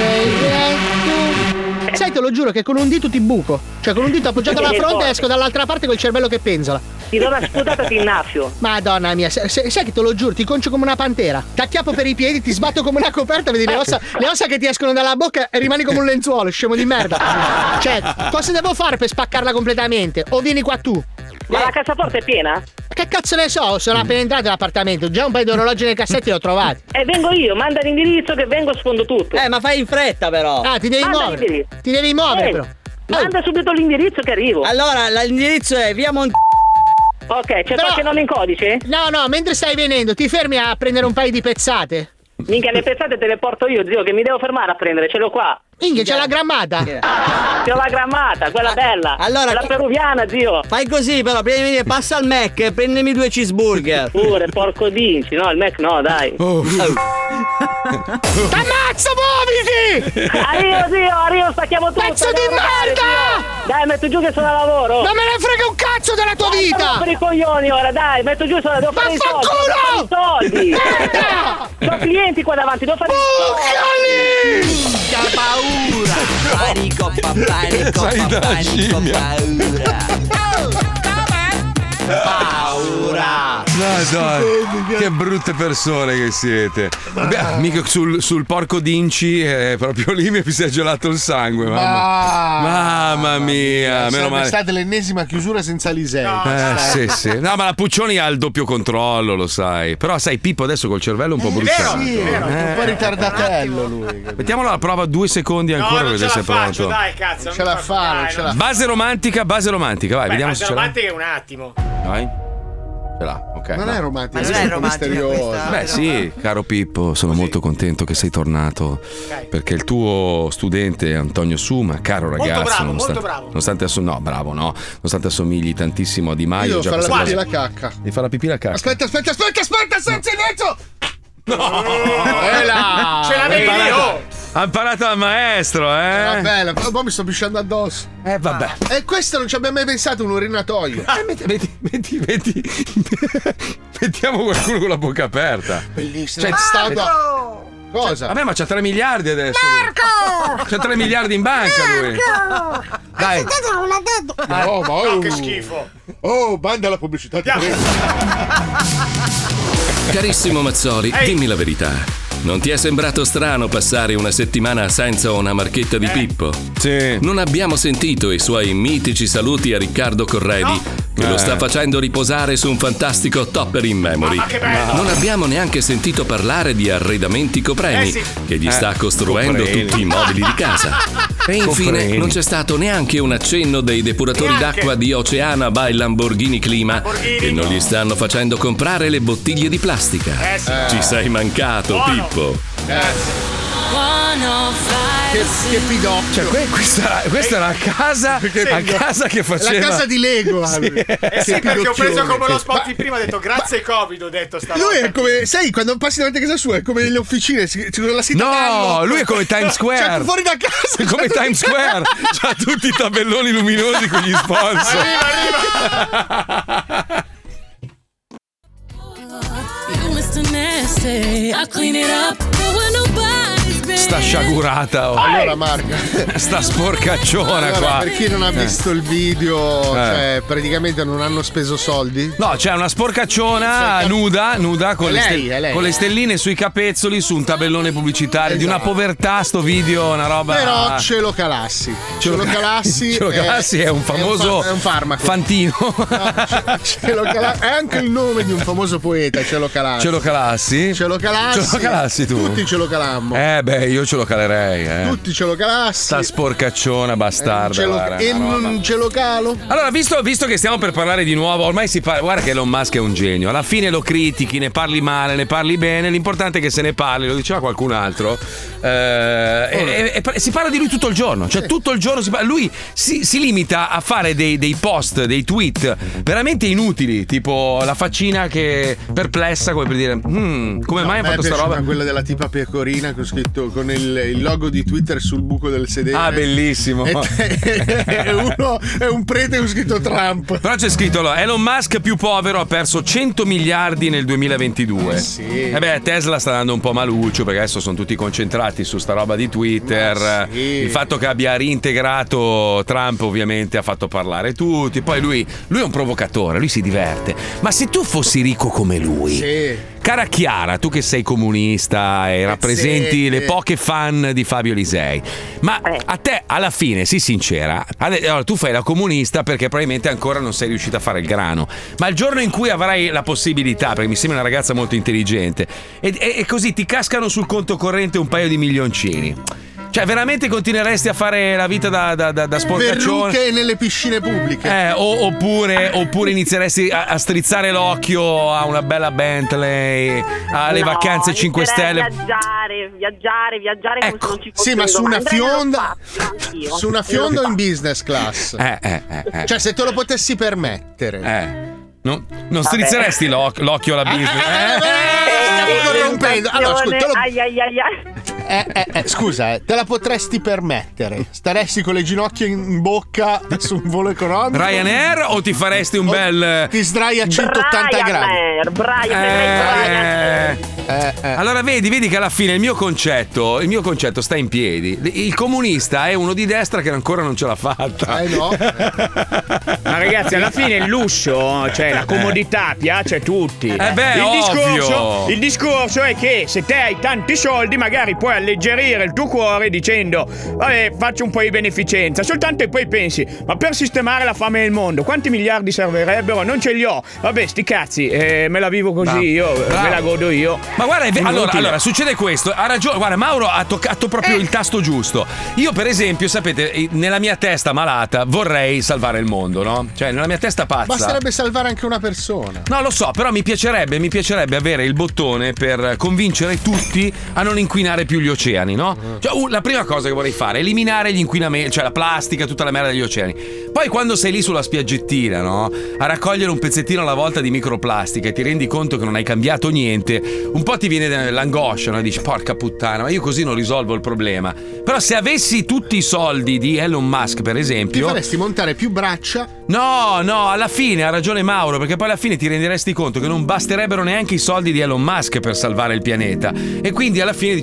Sai, te lo giuro che con un dito ti buco. Cioè, con un dito appoggiato alla fronte esco dall'altra parte col cervello che penzola. Ti do una sputata, ti innaffio. Madonna mia, sai che te lo giuro, ti concio come una pantera. Ti acchiappo per i piedi, ti sbatto come una coperta, vedi le ossa che ti escono dalla bocca e rimani come un lenzuolo, scemo di merda. Cioè, cosa devo fare per spaccarla completamente? O vieni qua tu? Ma la cassaforte è piena? Che cazzo ne so, sono appena entrato nell'appartamento, già un paio di orologi nei cassetti li ho trovati. Vengo io, manda l'indirizzo che vengo e sfondo tutto. Ma fai in fretta però. Ah, ti devi Manda muovere. l'indirizzo. Ti devi muovere però. Manda subito l'indirizzo che arrivo. Allora, l'indirizzo è via Ok, c'è qualche nome in codice? No, mentre stai venendo, ti fermi a prendere un paio di pezzate. Minchia, le pezzate te le porto io, zio, che mi devo fermare a prendere, ce l'ho qua. Minchia, c'è la grammata. C'ho la grammata, quella bella. Allora, quella peruviana, zio. Fai così però, prima di venire, passa al Mac e prendimi 2 cheeseburger. Pure, porco dinci, no, il Mac no, dai. T'ammazzo, muoviti! Arrivo, stacchiamo tutto. Pezzo di merda! Dai, metto giù che sono a lavoro. Non me ne frega un cazzo della tua vita! Per i coglioni ora, dai, metto giù, devo fare i soldi. Merda! Ho clienti qua davanti, devo fare i soldi. Che paura! Panico, paura! Madonna, che brutte persone che siete. Beh, mica sul porco d'Inci proprio lì mi si è gelato il sangue. Mamma mia, meno male. È stata l'ennesima chiusura senza Lisei. Sì. No, ma la Puccioni ha il doppio controllo, lo sai. Però sai, Pippo adesso col cervello un po' bruciato. Sì, un po' ritardatello lui. Mettiamolo alla prova 2 secondi ancora per vedere se è pronto. Dai, cazzo. Ce la fa. Base romantica, vai, vediamo se ce l'ha. Romantica è un attimo. Vai. Ce l'ha, ok. Non è romantica, Ma non è romantica misteriosa. Beh sì, caro Pippo, sono molto contento che sei tornato perché il tuo studente Antonio Suma, caro ragazzo, molto bravo. nonostante assomigli tantissimo a Di Maio, Io devo fare la pipì la cacca. Devi fare la pipì la cacca. Aspetta, silenzio! No! Ce l'avevi lì, Ha imparato dal maestro, Era bella, poi mi sto pisciando addosso. Vabbè. E questo non ci abbiamo mai pensato, un urinatoio. Mettiamo qualcuno con la bocca aperta. Bellissimo. Cioè, Cosa? Vabbè, ma c'ha 3 miliardi adesso. Marco! C'ha 3 miliardi in banca lui. Dai. No, che schifo. Oh, banda la pubblicità. Carissimo Mazzoli, dimmi la verità. Non ti è sembrato strano passare una settimana senza una marchetta di Pippo? Sì. Non abbiamo sentito i suoi mitici saluti a Riccardo Corredi che lo sta facendo riposare su un fantastico topper in memory. Ma che bello! Non abbiamo neanche sentito parlare di arredamenti Copreni, sì. che gli sta costruendo Copreni. tutti i mobili di casa. E infine Copreni. non c'è stato neanche un accenno dei depuratori d'acqua di Oceana by Lamborghini Clima, che non gli stanno facendo comprare le bottiglie di plastica. Ci sei mancato, Pippo. Che pidocchio. Cioè, questa è una casa, a casa che faceva. La casa di Lego. Sì, perché ho preso come lo spot di prima, ho detto grazie Covid, ho detto stavolta. Lui è come, sai, quando passi davanti a casa sua è come nelle officine, con la No, lui è come Times Square. Cioè, fuori da casa. È come Times Square. C'ha tutti i tabelloni luminosi con gli sponsor. Arriva. Sta sciagurata. Allora, Marco, sta sporcacciona qua. Per chi non ha visto il video, cioè, praticamente non hanno speso soldi. No, c'è una sporcacciona nuda con, con le stelline sui capezzoli su un tabellone pubblicitario di una povertà. Sto video, una roba. Però Cielo Calassi. Cielo Calassi è un famoso è un farmaco. Fantino. No, Cielo Calassi è anche il nome di un famoso poeta, Cielo Calassi. Ce lo calassi? Ce lo calassi tu? Tutti ce lo calammo. Beh, io ce lo calerei. Tutti ce lo calassi. Sta sporcacciona bastarda. E non ce lo calo? Allora, visto che stiamo per parlare di nuovo, ormai si parla. Guarda che Elon Musk è un genio. Alla fine lo critichi, ne parli male, ne parli bene. L'importante è che se ne parli, lo diceva qualcun altro. E si parla di lui tutto il giorno. Cioè, tutto il giorno si parla. Lui si limita a fare dei post, dei tweet veramente inutili. Tipo la faccina che perplessa, come per dire, come mai ha fatto sta roba? Quella della tipa pecorina con scritto con il logo di Twitter sul buco del sedere. Ah, bellissimo. E uno è un prete con scritto Trump. Però c'è scritto Elon Musk più povero ha perso 100 miliardi nel 2022. Sì. Tesla sta dando un po' maluccio perché adesso sono tutti concentrati su sta roba di Twitter. Sì. Il fatto che abbia reintegrato Trump ovviamente ha fatto parlare tutti. Poi lui è un provocatore, lui si diverte. Ma se tu fossi ricco come lui, cara Chiara, tu che sei comunista e rappresenti le poche fan di Fabio Lisei, ma a te alla fine, sii sincera, allora, tu fai la comunista perché probabilmente ancora non sei riuscita a fare il grano, ma il giorno in cui avrai la possibilità, perché mi sembra una ragazza molto intelligente, e così ti cascano sul conto corrente un paio di milioncini, cioè veramente continueresti a fare la vita da sporcaccione? Verruche nelle piscine pubbliche. Oppure inizieresti a strizzare l'occhio a una bella Bentley, alle vacanze 5 stelle. Viaggiare come se non ci fosse. Sì, ma su una fionda. Anch'io. Su una fionda o in business class? Cioè, se te lo potessi permettere. Non strizzeresti l'occhio alla business? Stiamo corrompendo. Allora, scusa, scusa, te la potresti permettere? Staresti con le ginocchia in bocca su un volo economico? Ryanair o ti faresti un bel. Ti sdrai a 180 gradi? Allora vedi che alla fine il mio concetto sta in piedi. Il comunista è uno di destra che ancora non ce l'ha fatta. No. Ma ragazzi, alla fine il lusso, cioè la comodità piace a tutti. Il discorso è che se te hai tanti soldi magari puoi alleggerire il tuo cuore dicendo vabbè, faccio un po' di beneficenza, soltanto, e poi pensi, ma per sistemare la fame nel mondo quanti miliardi servirebbero? Non ce li ho, vabbè, sti cazzi, me la vivo così, me la godo io. Ma guarda, allora succede questo, ha ragione, guarda, Mauro ha toccato proprio il tasto giusto. Io per esempio, sapete, nella mia testa malata vorrei salvare il mondo, no? Cioè nella mia testa pazza basterebbe salvare anche una persona. No, lo so, però mi piacerebbe avere il bottone per convincere tutti a non inquinare più gli oceani, no? Cioè, la prima cosa che vorrei fare è eliminare gli inquinamenti, cioè la plastica, tutta la merda degli oceani. Poi quando sei lì sulla spiaggettina, no? A raccogliere un pezzettino alla volta di microplastica e ti rendi conto che non hai cambiato niente, un po' ti viene l'angoscia, no? E dici, porca puttana, ma io così non risolvo il problema. Però se avessi tutti i soldi di Elon Musk, per esempio, ti faresti montare più braccia? No, alla fine ha ragione Mauro, perché poi alla fine ti renderesti conto che non basterebbero neanche i soldi di Elon Musk per salvare il pianeta. E quindi alla fine dici, vabbè, senti,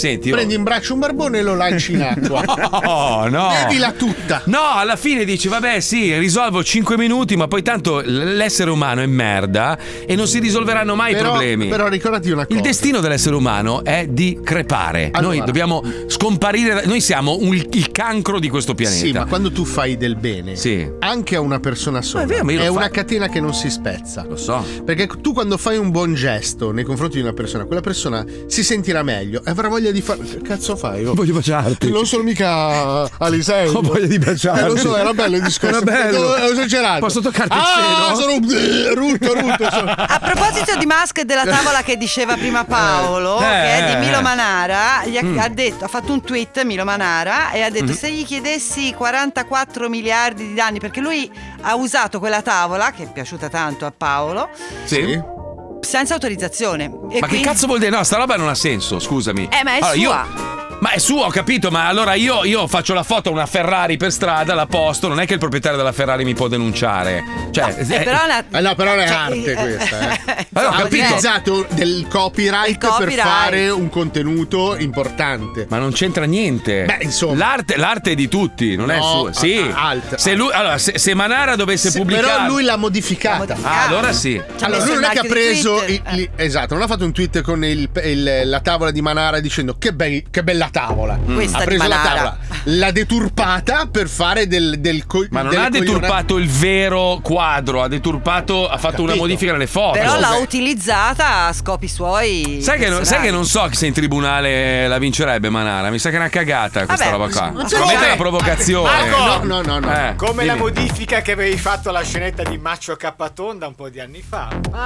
senti. Prendi in braccio un barbone e lo lanci in acqua. No. Bevila tutta. No, alla fine dici, vabbè, sì, risolvo 5 minuti, ma poi tanto l'essere umano è merda e non si risolveranno mai i problemi. Però ricordati una cosa. Il destino dell'essere umano è di crepare. Allora. Noi dobbiamo scomparire. Noi siamo il cancro di questo pianeta. Sì, ma quando tu fai del bene, anche a una persona sola, è una catena che non si spezza. Lo so. Perché tu quando fai un buon gesto nei confronti di una persona, quella persona si sentirà meglio e avrà voglia di fare. Che cazzo fai? Voglio baciarti. Non sono mica Alisei. Ho voglia di baciarti. Lo so, era bello il discorso. Era bello. Ho esagerato. Posso toccarti il seno? Sono rutto. A proposito di Musk e della tavola che diceva prima Paolo, che è di Milo Manara, ha fatto un tweet Milo Manara e ha detto se gli chiedessi 44 miliardi di danni, perché lui ha usato quella tavola che è piaciuta tanto a Paolo. Sì. Senza autorizzazione. Ma che cazzo vuol dire? No, sta roba non ha senso, scusami. Ma è sua. Ma è suo, ho capito, ma allora io faccio la foto a una Ferrari per strada, la posto, non è che il proprietario della Ferrari mi può denunciare. Cioè, però è arte questa. Ha utilizzato del copyright per fare un contenuto importante. Ma non c'entra niente. Beh, insomma. L'arte è di tutti, non è sua. Sì. Se Manara dovesse pubblicare. Però lui l'ha modificata. Allora sì. Allora lui non è che ha preso esatto, non ha fatto un tweet con la tavola di Manara dicendo che bella tavola. Questa ha preso di la Manara. tavola, l'ha deturpata per fare ma non ha deturpato il vero quadro, ha fatto una modifica nelle foto. Però l'ha utilizzata a scopi suoi. Sai che non so se in tribunale la vincerebbe Manara. Mi sa che è una cagata questa roba qua. Secondo è una provocazione. No. Come la modifica che avevi fatto alla scenetta di Maccio Capatonda un po' di anni fa.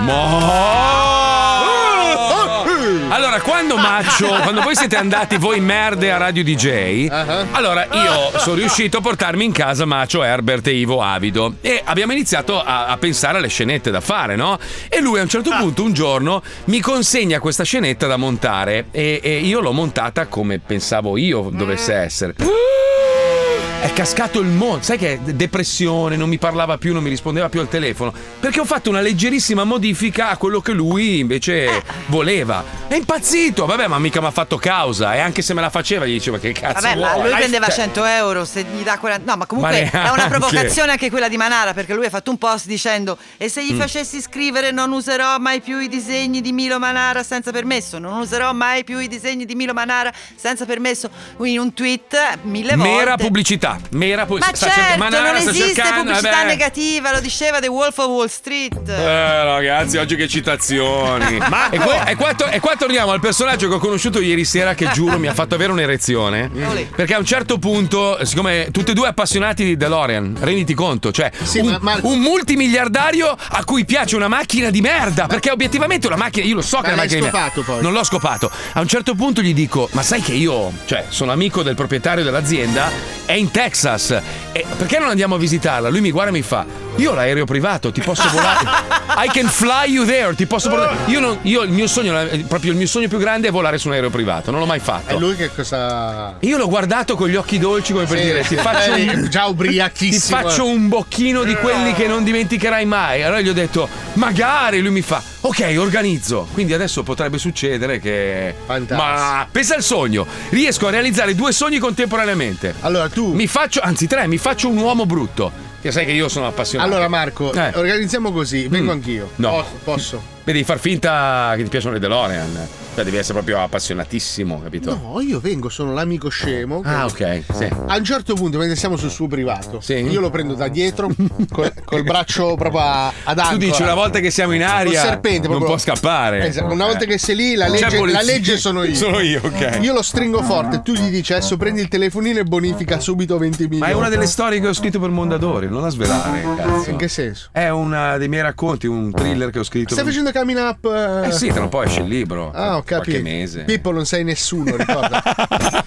Allora, quando voi siete andati voi merde a Radio DJ, allora io sono riuscito a portarmi in casa Macio, Herbert e Ivo Avido e abbiamo iniziato a pensare alle scenette da fare, no? E lui a un certo punto un giorno mi consegna questa scenetta da montare e io l'ho montata come pensavo io dovesse essere. È cascato il mondo, sai che depressione, non mi parlava più, non mi rispondeva più al telefono, perché ho fatto una leggerissima modifica a quello che lui invece voleva. È impazzito, vabbè, ma mica mi ha fatto causa, e anche se me la faceva gli diceva che cazzo vabbè, vuoi? ma lui prendeva 100 euro, se gli dà 40. No, ma comunque è una provocazione anche quella di Manara, perché lui ha fatto un post dicendo e se gli facessi scrivere non userò mai più i disegni di Milo Manara senza permesso, non userò mai più i disegni di Milo Manara senza permesso. Quindi un tweet 1000 volte. Mera pubblicità. Ma certo, non esiste pubblicità negativa, lo diceva The Wolf of Wall Street. Ragazzi, oggi che citazioni. E qua torniamo al personaggio che ho conosciuto ieri sera, che giuro mi ha fatto avere un'erezione. Perché a un certo punto, siccome tutti e due appassionati di DeLorean, renditi conto, cioè un multimiliardario a cui piace una macchina di merda, perché obiettivamente una macchina, io lo so che è una macchina di merda. Poi. Non l'ho scopato. A un certo punto gli dico: ma sai che io, cioè, sono amico del proprietario dell'azienda, è in Texas. Perché non andiamo a visitarla? Lui mi guarda e mi fa: io ho l'aereo privato, ti posso volare. I can fly you there, ti posso portare. Io il mio sogno, proprio il mio sogno più grande è volare su un aereo privato, non l'ho mai fatto. E lui che cosa? Io l'ho guardato con gli occhi dolci, come per dire: ti faccio già ubriachissimo. Ti faccio un bocchino di quelli che non dimenticherai mai. Allora gli ho detto: magari. Lui mi fa: ok, organizzo. Quindi adesso potrebbe succedere che. Fantastico. Ma pensa al sogno, riesco a realizzare 2 sogni contemporaneamente. Allora tu mi faccio, anzi 3, mi faccio un uomo brutto. Che sai che io sono appassionato. Allora Marco, organizziamo così, vengo anch'io. No. Posso? Devi far finta che ti piacciono le DeLorean. Cioè devi essere proprio appassionatissimo, capito? No, io vengo, sono l'amico scemo. Ok, sì. A un certo punto, mentre siamo sul suo privato, io lo prendo da dietro col braccio proprio ad ancora. Tu dici, una volta che siamo in aria, il serpente, non può scappare. Esatto, una volta che sei lì, la legge sono io. Sono io, ok. Io lo stringo forte, tu gli dici adesso prendi il telefonino e bonifica subito 20 milioni. Ma è una delle storie che ho scritto per Mondadori, non la svelare, cazzo. In che senso? È una dei miei racconti, un thriller che ho scritto. Stai facendo coming up? Sì, tra un po' esce il libro. Ah, ho capito. Qualche mese. Pippo non sei nessuno, ricorda.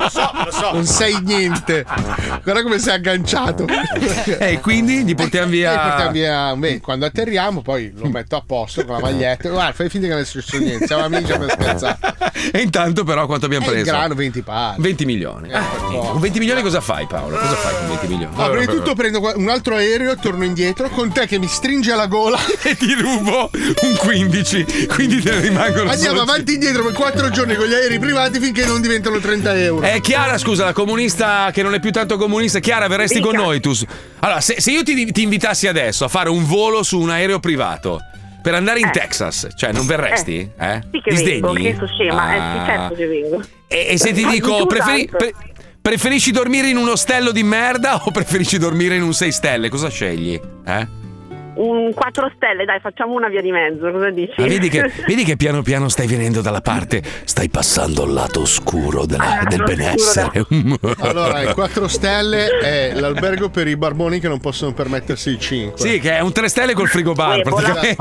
Lo so. Non sei niente. Guarda come sei agganciato. E quindi gli portiamo via. Beh, quando atterriamo, poi lo metto a posto con la maglietta. Guarda, fai finta che non è successo niente. Siamo amici per scherzare. E intanto, però, quanto abbiamo preso? Il grano, 20 pali. 20 milioni. Con 20 milioni cosa fai, Paolo? Cosa fai con 20 milioni? Prima di tutto prendo un altro aereo, torno indietro con te che mi stringe alla gola e ti rubo un 15. Quindi te ne rimangono. Andiamo avanti e indietro per 4 giorni con gli aerei privati finché non diventano 30 euro. Chiara, scusa, la comunista che non è più tanto comunista. Chiara, verresti con noi tu? Allora, se io ti invitassi adesso a fare un volo su un aereo privato per andare in Texas, cioè non verresti? Sì che vengo, che so scema. Sì, certo che vengo. E se ti dico, preferisci dormire in un ostello di merda o preferisci dormire in un 6 stelle? Cosa scegli? Un 4 stelle, dai, facciamo una via di mezzo, cosa dici? Vedi che piano piano stai venendo dalla parte, stai passando al lato oscuro del benessere. Allora, il 4 stelle è l'albergo per i barboni che non possono permettersi il 5. Sì, che è un 3 stelle col frigobar, praticamente.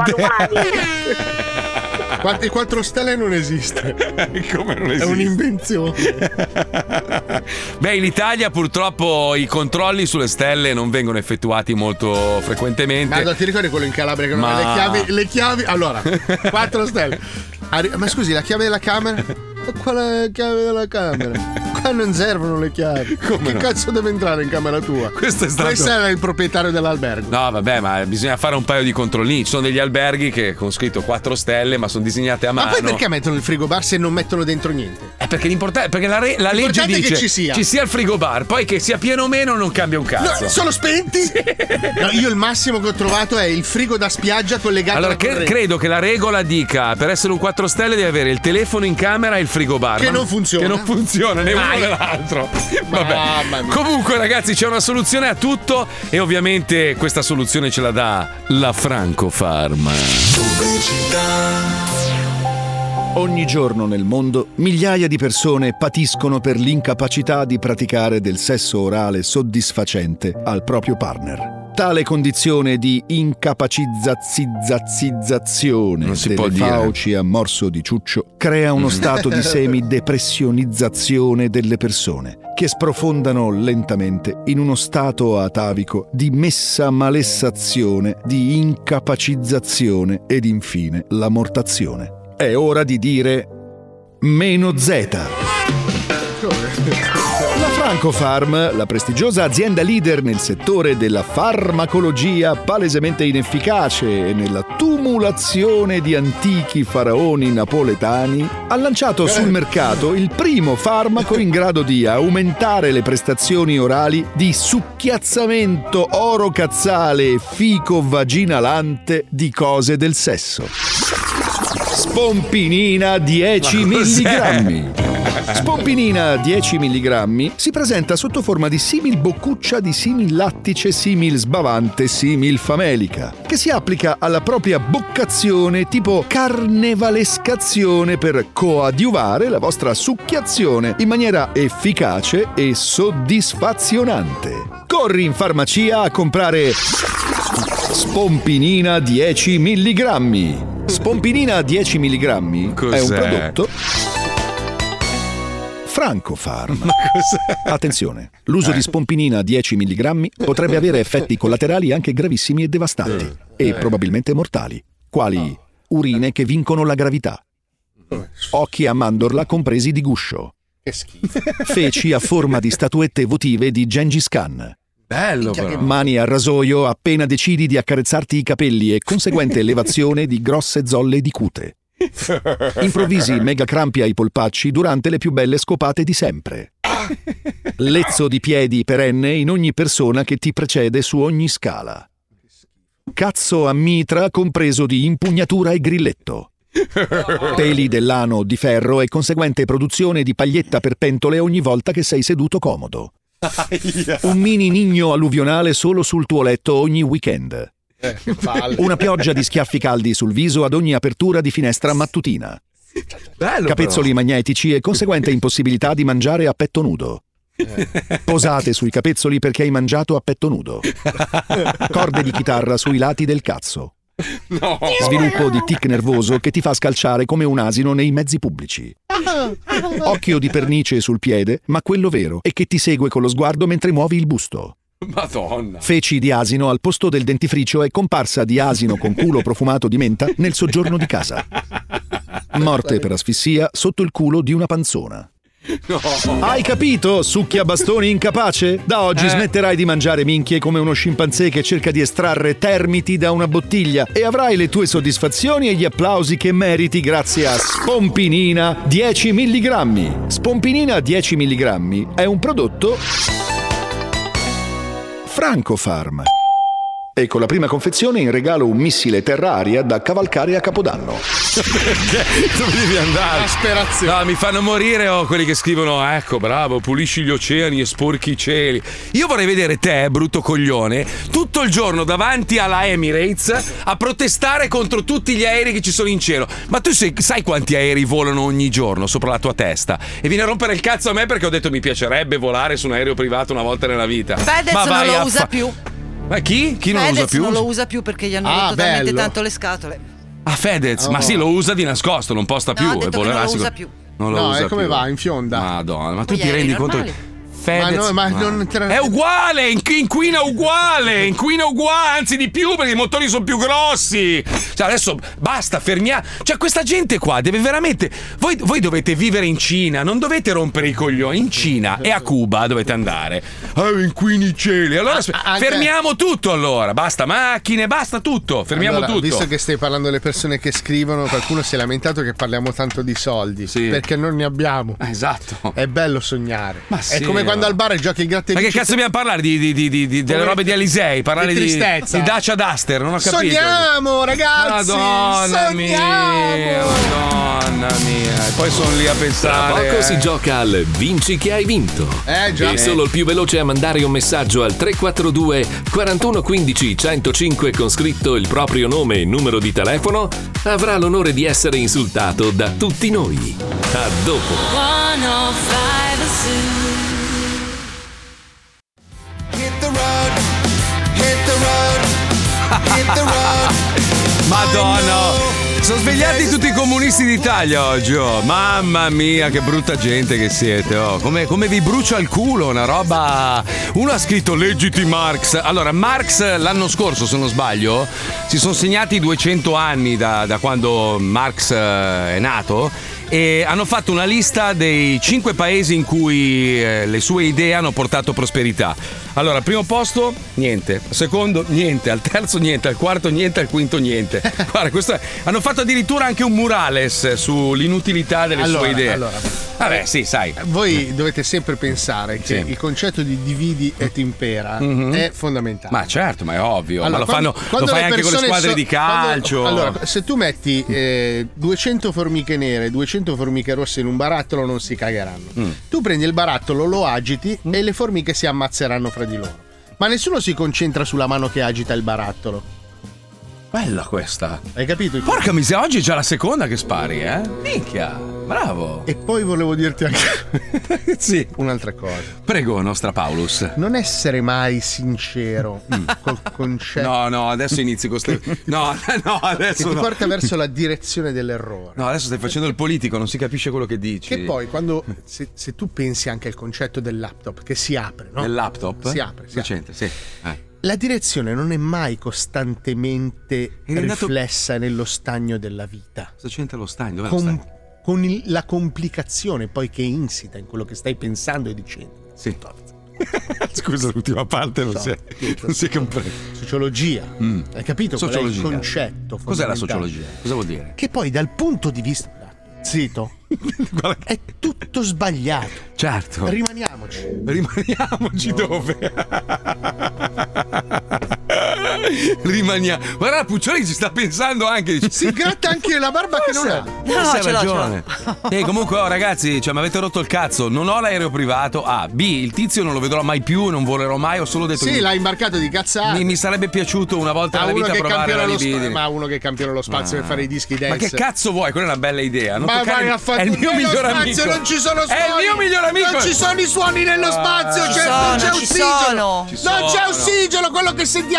Il 4 stelle non esiste. Come non esiste? È un'invenzione. Beh, in Italia purtroppo i controlli sulle stelle non vengono effettuati molto frequentemente. Ma ti ricordi quello in Calabria che non ha le chiavi? Allora, 4 stelle. Ma scusi, la chiave della camera? Qual è la chiave della camera? Qua non servono le chiavi. Come che cazzo deve entrare in camera tua? Questo era il proprietario dell'albergo. No, vabbè, ma bisogna fare un paio di controllini. Ci sono degli alberghi che con scritto 4 stelle, ma sono disegnate a mano. Ma poi perché mettono il frigobar se non mettono dentro niente? Perché l'importante, perché la legge dice che ci sia il frigobar, poi che sia pieno o meno non cambia un cazzo. No, sono spenti? Sì. No, io il massimo che ho trovato è il frigo da spiaggia collegato alla corrente. Credo che la regola dica per essere un 4 stelle devi avere il telefono in camera e il frigobar. Che non funziona. Che non funziona né uno né l'altro. Vabbè. Comunque, ragazzi, c'è una soluzione a tutto e ovviamente questa soluzione ce la dà la Franco Pharma. Ogni giorno nel mondo migliaia di persone patiscono per l'incapacità di praticare del sesso orale soddisfacente al proprio partner. Tale condizione di incapacizzazione delle fauci a morso di ciuccio crea uno stato di semidepressionizzazione delle persone che sprofondano lentamente in uno stato atavico di messa malessazione, di incapacizzazione ed infine l'ammortazione. È ora di dire meno Z. La Francofarm, la prestigiosa azienda leader nel settore della farmacologia palesemente inefficace e nella tumulazione di antichi faraoni napoletani, ha lanciato sul mercato il primo farmaco in grado di aumentare le prestazioni orali di succhiazzamento orocazzale e fico-vaginalante di cose del sesso. Spompinina 10 milligrammi. Spompinina 10 milligrammi si presenta sotto forma di simil boccuccia di simil lattice, simil sbavante, simil famelica, che si applica alla propria boccazione tipo carnevalescazione per coadiuvare la vostra succhiazione in maniera efficace e soddisfazionante. Corri in farmacia a comprare Spompinina 10 milligrammi. Spompinina 10 milligrammi è un prodotto Francofarm. Attenzione, l'uso di Spompinina 10 milligrammi potrebbe avere effetti collaterali anche gravissimi e devastanti e probabilmente mortali, quali urine che vincono la gravità, occhi a mandorla compresi di guscio, che schifo, feci a forma di statuette votive di Gengis Khan. Bello però. Mani a rasoio appena decidi di accarezzarti i capelli e conseguente elevazione di grosse zolle di cute. Improvvisi mega crampi ai polpacci durante le più belle scopate di sempre. Lezzo di piedi perenne in ogni persona che ti precede su ogni scala. Cazzo a mitra compreso di impugnatura e grilletto. Peli dell'ano di ferro e conseguente produzione di paglietta per pentole ogni volta che sei seduto comodo. Un mini nigno alluvionale solo sul tuo letto ogni weekend. Una pioggia di schiaffi caldi sul viso ad ogni apertura di finestra mattutina. Bello, capezzoli però. magnetici e conseguente impossibilità di mangiare a petto nudo. Posate sui capezzoli perché hai mangiato a petto nudo. Corde di chitarra sui lati del cazzo. No. Sviluppo di tic nervoso che ti fa scalciare come un asino nei mezzi pubblici. Occhio di pernice sul piede, ma quello vero, e che ti segue con lo sguardo mentre muovi il busto. Madonna. Feci di asino al posto del dentifricio e comparsa di asino con culo profumato di menta nel soggiorno di casa. Morte per asfissia sotto il culo di una panzona. No. Hai capito, succhia bastoni incapace? Da oggi smetterai di mangiare minchie come uno scimpanzé che cerca di estrarre termiti da una bottiglia e avrai le tue soddisfazioni e gli applausi che meriti grazie a Spompinina 10 mg. Spompinina 10 mg è un prodotto Francofarm. E con la prima confezione in regalo un missile terra-aria da cavalcare a Capodanno. Perché? Dove devi andare? Asperazione. No, mi fanno morire quelli che scrivono ecco, bravo, pulisci gli oceani e sporchi i cieli. Io vorrei vedere te, brutto coglione, tutto il giorno davanti alla Emirates a protestare contro tutti gli aerei che ci sono in cielo. Ma tu sai quanti aerei volano ogni giorno sopra la tua testa? E vieni a rompere il cazzo a me perché ho detto mi piacerebbe volare su un aereo privato una volta nella vita. Fedez non lo usa più. Ma chi? Chi non lo usa più? non lo usa più perché gli hanno rotto talmente tanto le scatole. Ah, Fedez, ma sì, lo usa di nascosto, non posta più. No, ha detto che non lo usa più. Non lo usa e come più. va? In fionda. Madonna, ma tu ti rendi conto? Fedez, è uguale, inquina uguale, anzi di più perché i motori sono più grossi. Cioè adesso basta, fermiamo. Cioè questa gente qua deve veramente. Voi dovete vivere in Cina, non dovete rompere i coglioni. In Cina e a Cuba dovete andare. Inquini i cieli. Allora fermiamo tutto allora. Basta macchine, basta tutto. Fermiamo tutto. Visto che stai parlando delle persone che scrivono, qualcuno si è lamentato che parliamo tanto di soldi. Sì. Perché non ne abbiamo. Esatto. È bello sognare. Ma sì, è come quando al bar giochi il gratta e ma vinci. che cazzo dobbiamo parlare delle robe di Alisei? Parlare di Dacia Duster, non ho capito. Sogniamo, ragazzi! Madonna mia! E poi sono lì a pensare. Tra poco si gioca al Vinci che hai vinto. Già. E solo il più veloce a mandare un messaggio al 342 41 15 105 con scritto il proprio nome e numero di telefono avrà l'onore di essere insultato da tutti noi. A dopo. 105 Madonna, sono svegliati tutti i comunisti d'Italia oggi. Mamma mia, che brutta gente che siete. Come vi brucia il culo, una roba. Uno ha scritto leggiti Marx. Allora, Marx l'anno scorso, se non sbaglio, si sono segnati 200 anni da quando Marx è nato. E hanno fatto una lista dei 5 paesi in cui le sue idee hanno portato prosperità. Allora, al primo posto, niente. Al secondo, niente. Al terzo, niente. Al quarto, niente. Al quinto, niente. Guarda, hanno fatto addirittura anche un murales sull'inutilità delle sue idee. Vabbè, sì, sai. Voi dovete sempre pensare che il concetto di dividi et impera è fondamentale. Ma certo, ma è ovvio. Allora, ma lo fai anche con le squadre di calcio. Allora, se tu metti 200 formiche nere, 200 formiche rosse in un barattolo, non si cagheranno. Tu prendi il barattolo, lo agiti e le formiche si ammazzeranno fra di loro. Ma nessuno si concentra sulla mano che agita il barattolo. Bella questa. Hai capito? Porca miseria, oggi è già la seconda che spari, Minchia, bravo. E poi volevo dirti anche sì, un'altra cosa. Prego, nostra Paulus. Non essere mai sincero col concetto. No, adesso inizi con No, adesso che ti porta verso la direzione dell'errore. No, adesso stai facendo il politico, non si capisce quello che dici. Che poi quando se tu pensi anche al concetto del laptop che si apre, no? Del laptop? Si apre. Sì. La direzione non è mai costantemente riflessa nello stagno della vita. Cosa c'entra lo stagno? Dov'è lo stagno? Con la complicazione poi che insita in quello che stai pensando e dicendo. Sì. Scusa, l'ultima parte non si è compreso. Sociologia. Hai capito? Sociologia. Qual è il concetto? Cos'è la sociologia? Cosa vuol dire? Che poi dal punto di vista... Zitto. È tutto sbagliato. Certo. Rimaniamoci dove? Rimaniamo. Guarda, Puccioli ci sta pensando anche. Si gratta anche la barba che non ha. No, hai ragione. Comunque, ragazzi, mi avete rotto il cazzo. Non ho l'aereo privato. A. B. Il tizio non lo vedrò mai più. Non volerò mai. Ho solo detto. Sì, l'hai imbarcato di cazzate. Mi sarebbe piaciuto una volta nella vita provare la libidine. Ma uno che campiona lo spazio per fare i dischi dance. Ma che cazzo vuoi? Quella è una bella idea. Ma vai a fare il mio migliore amico. Non ci sono suoni. È il mio migliore amico. Non ci sono i suoni nello spazio. Non c'è ossigeno. Non c'è ossigeno. Quello che sentiamo sono frequenze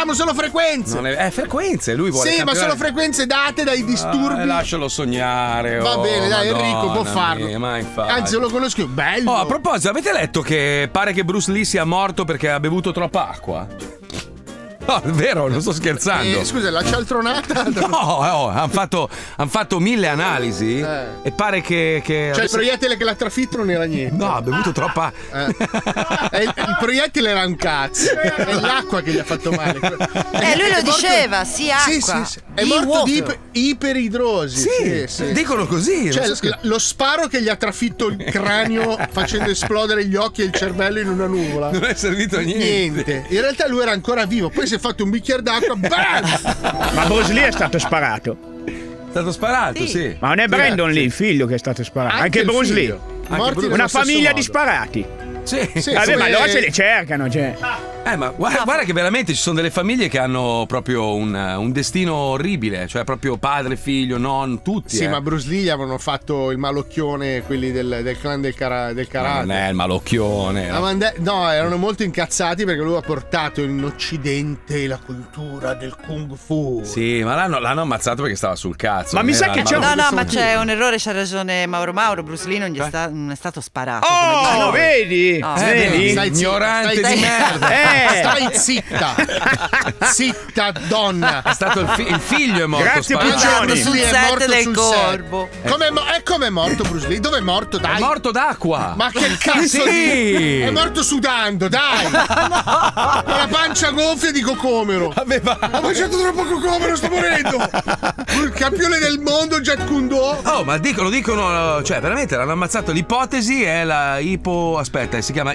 frequenze. Frequenze, lui vuole Sì, ma campionare. sono frequenze date dai disturbi. Lascialo sognare. Va bene, dai, Madonna Enrico può mia, farlo. ma infatti. Anzi, lo conosco io. Bello. A proposito, avete letto che pare che Bruce Lee sia morto perché ha bevuto troppa acqua? No, è vero, non sto scherzando. Scusa, la cialtronata? No, hanno fatto 1000 analisi e pare che Cioè il proiettile che l'ha trafitto non era niente. No, ha bevuto troppa. Il proiettile era un cazzo. È l'acqua che gli ha fatto male. Lui lo diceva, sì, acqua. Sì. È morto di iperidrosi. Sì. Dicono così. Cioè, lo sparo che gli ha trafitto il cranio facendo esplodere gli occhi e il cervello in una nuvola. Non è servito a niente. In realtà lui era ancora vivo. Poi si è fatto un bicchiere d'acqua. Bam! Ma Bruce Lee è stato sparato. È stato sparato, sì. Ma non è Brandon Lee, il figlio, che è stato sparato. Anche Bruce Lee. Una famiglia di sparati. Sì. Vabbè, ma allora se li cercano, cioè. Ma guarda che veramente ci sono delle famiglie che hanno proprio un destino orribile, cioè proprio padre, figlio, non tutti. Sì, ma Bruce Lee gli avevano fatto il malocchione quelli del clan del karate. Non è il malocchione. No, erano molto incazzati perché lui ha portato in Occidente la cultura del Kung Fu. Sì, ma l'hanno ammazzato perché stava sul cazzo. Ma mi sa che c'è No, ma c'è un errore, c'ha ragione Mauro. Bruce Lee non è stato sparato. Oh, vedi? Vedi? Ignorante di merda. Stai zitta donna. È stato il figlio è morto. Grazie sparato. Sul set del corvo. Come è morto Bruce Lee? Dove è morto? Dai. È morto d'acqua. Ma che cazzo sì. È morto sudando, dai. Con la pancia gonfia di cocomero. Ho mangiato troppo cocomero, sto morendo. Il campione del mondo Jet Kundo. Oh, ma dicono, cioè veramente l'hanno ammazzato. L'ipotesi è la si chiama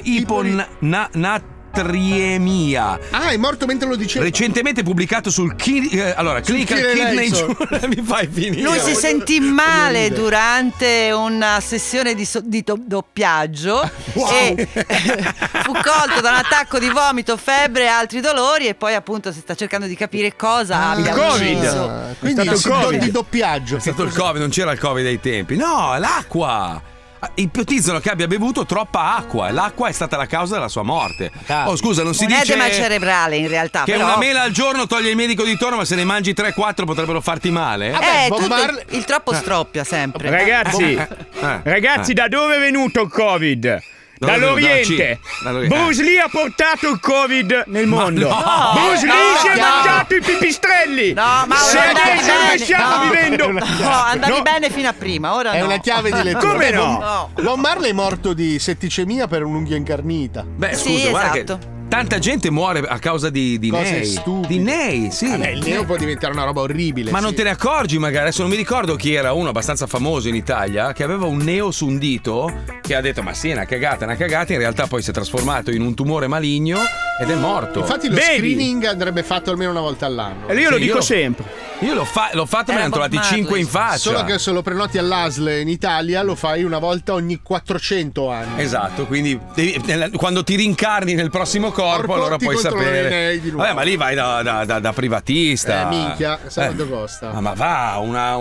iponatriemia. È morto mentre lo diceva. Recentemente pubblicato sul Clinical Kidney Journal. Mi fai finire. Lui si sentì male durante una sessione di doppiaggio e fu colto da un attacco di vomito, febbre e altri dolori, e poi appunto si sta cercando di capire cosa abbia ucciso. Quindi è stato di doppiaggio. È stato il Covid, non c'era il Covid ai tempi. No, è l'acqua. Ipotizzano che abbia bevuto troppa acqua e l'acqua è stata la causa della sua morte. Oh, scusa, non si dice. Non è edema cerebrale in realtà. Che però una mela al giorno toglie il medico di torno, ma se ne mangi 3-4 potrebbero farti male. Il troppo stroppia sempre. Ragazzi, da dove è venuto il Covid? Dall'Oriente. Bruce Lee ha portato il Covid nel mondo. Bruce Lee si è mangiato i pipistrelli. No, ma se adesso stiamo vivendo. No, andavi bene fino a prima, ora è no. una chiave di lettura. Come no? Bob Marley è morto di setticemia per un'unghia incarnita. Beh, scusa, guarda che tanta gente muore a causa di nei. Di nei, sì. Il neo può diventare una roba orribile. Ma non te ne accorgi magari? Adesso non mi ricordo chi era, uno abbastanza famoso in Italia che aveva un neo su un dito, che ha detto ma sì, è una cagata. In realtà poi si è trasformato in un tumore maligno ed è morto. Infatti lo screening andrebbe fatto almeno una volta all'anno. E io lo dico sempre. Io l'ho fatto, me ne hanno trovati 5 in faccia. Solo che se lo prenoti all'ASL in Italia lo fai una volta ogni 400 anni. Esatto, quindi quando ti rincarni nel prossimo corpo allora puoi sapere. Vabbè, ma lì vai da privatista. Minchia, sai quanto costa? Ma va,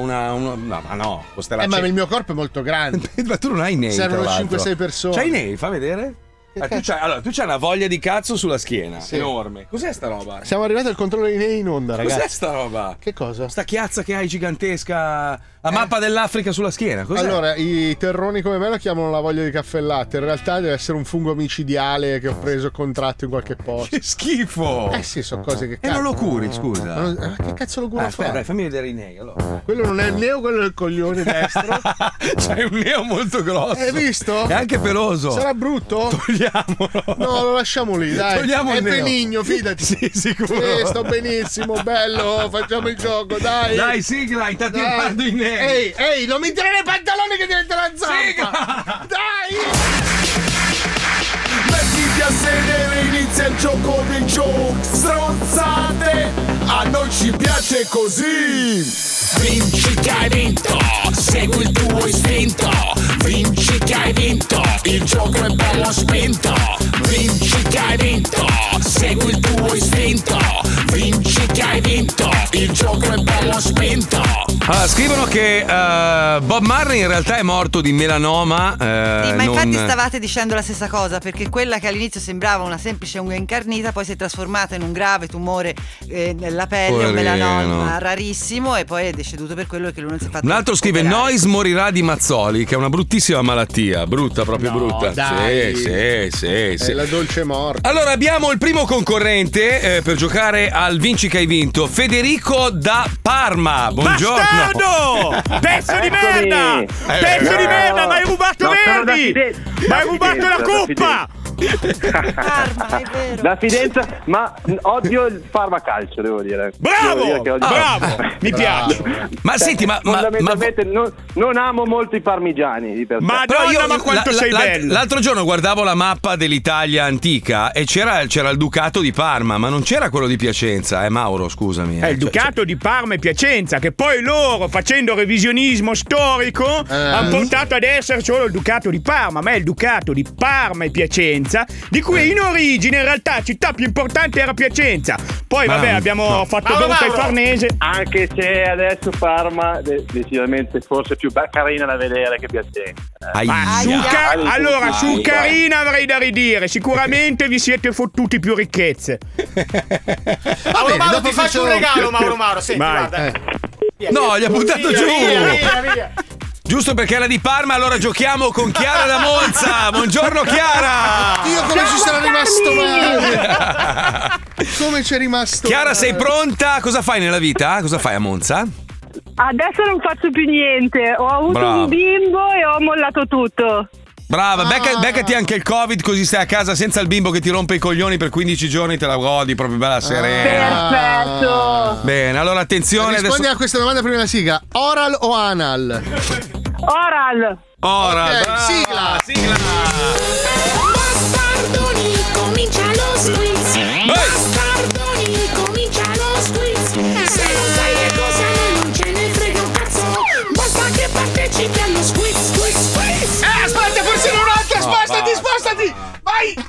no, costerà. Ma il mio corpo è molto grande. Ma tu non hai nei. Servono 5-6 persone. C'hai nei, fa vedere? Tu c'hai una voglia di cazzo sulla schiena enorme. Cos'è sta roba? Siamo arrivati al controllo di nei in onda, ragazzi. Cos'è sta roba? Che cosa? Sta chiazza che hai gigantesca. La mappa dell'Africa sulla schiena. Cos'è? Allora, i terroni come me lo chiamano la voglia di caffè e latte. In realtà deve essere un fungo micidiale che ho preso contratto in qualche posto. Che schifo! Sì, sono cose che cazzo. E non lo curi, scusa. Ma che cazzo lo cura? Aspetta, dai, fammi vedere i nei. Allora. Quello non è il neo, quello è il coglione destro. C'hai un neo molto grosso. Hai visto? È anche peloso. Sarà brutto? Togliamolo. No, lo lasciamo lì, dai. Togliamo il neo. È benigno, fidati. Sì, sicuro. Sì, sto benissimo, bello. Facciamo il gioco, dai. Dai, sigla, intanto guardo i nei. Ehi, non mi tirare i pantaloni che diventa la zampa. Dai. Mettiti a sedere, inizia il gioco dei giochi. Stronzate, a noi ci piace così. Vinci che hai vinto, segui il tuo istinto. Vinci che hai vinto, il gioco è bello spinto. Vinci che hai vinto, segui il tuo istinto. Vinci che hai vinto, il gioco è bello spinto. Scrivono che Bob Marley in realtà è morto di melanoma. Ma infatti stavate dicendo la stessa cosa, perché quella che all'inizio sembrava una semplice unghia incarnita poi si è trasformata in un grave tumore nella pelle, un melanoma rarissimo, e poi è deceduto per quello che lui non si è fatto. Un altro scrive: Nois morirà di Mazzoli, che è una bruttissima malattia, brutta, proprio brutta. Dai. Sì. È la dolce morte. Allora abbiamo il primo concorrente per giocare al Vinci che hai vinto, Federico da Parma. Buongiorno. Bastardo! Pezzo di merda! Pezzo di merda! Ma hai rubato Verdi! Ma hai rubato la coppa! Da Fidenza, ma odio il Parma calcio, devo dire. Bravo! Bravo! Mi piace. Ma senti, ma fondamentalmente non amo molto i parmigiani di per sé. Ma quanto sei bello! L'altro giorno guardavo la mappa dell'Italia antica e c'era il Ducato di Parma, ma non c'era quello di Piacenza, Mauro, scusami. È il Ducato di Parma e Piacenza, che poi loro, facendo revisionismo storico, hanno portato ad essere solo il Ducato di Parma, ma è il Ducato di Parma e Piacenza, di cui in origine in realtà la città più importante era Piacenza. Poi abbiamo fatto dovuta ai Farnese. Anche se adesso Parma decisamente forse più carina da vedere che Piacenza. Allora su carina avrei da ridire, sicuramente vi siete fottuti più ricchezze. Mauro, ti faccio un regalo, Mauro, senti, guarda. No, gli ha buttato giù. Via. Giusto perché era di Parma, allora giochiamo con Chiara da Monza. Buongiorno Chiara. Io come ci sono rimasto male. Come c'è rimasto Chiara, male? sei pronta? Cosa fai nella vita? Cosa fai a Monza? Adesso non faccio più niente. Ho avuto un bimbo e ho mollato tutto. Brava, beccati anche il Covid, così stai a casa senza il bimbo che ti rompe i coglioni per 15 giorni, te la godi proprio bella serena. Perfetto. Bene, allora attenzione. Rispondi a questa domanda prima della sigla. Oral o anal? Oral. Okay, sigla. Bastardoni, comincia lo squiz. Bastardoni, comincia lo squiz. Se non sai che cosa non ce ne frega un cazzo. Basta che partecipi allo squiz. Aspetta, forse non un'altra. Spostati. Vai.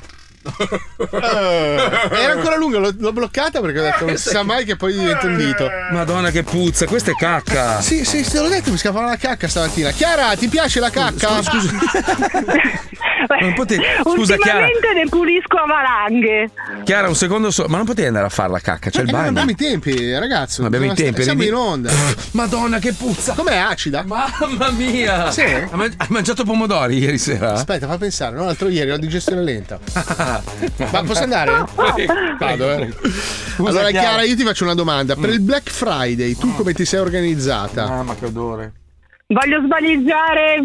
Era ancora lunga, l'ho bloccata perché ho detto non si sa mai che poi diventa un dito. Madonna che puzza, questa è cacca. Sì, te l'ho detto, mi scappava la cacca stamattina. Chiara, ti piace la cacca? Scusa. Scusa Chiara. Ultimamente ne pulisco a valanghe. Chiara, un secondo solo. Ma non potevi andare a fare la cacca? C'è il bagno. Abbiamo i tempi, ragazzo. Abbiamo i tempi. Siamo in onda. Madonna che puzza. Com'è, acida? Mamma mia. Sì. Hai mangiato pomodori ieri sera? Aspetta, fa pensare. No, l'altro ieri ho digestione lenta. Ma posso andare? Vado, Allora Chiara, io ti faccio una domanda. Per il Black Friday, tu come ti sei organizzata? Mamma che odore. Voglio sbalizzare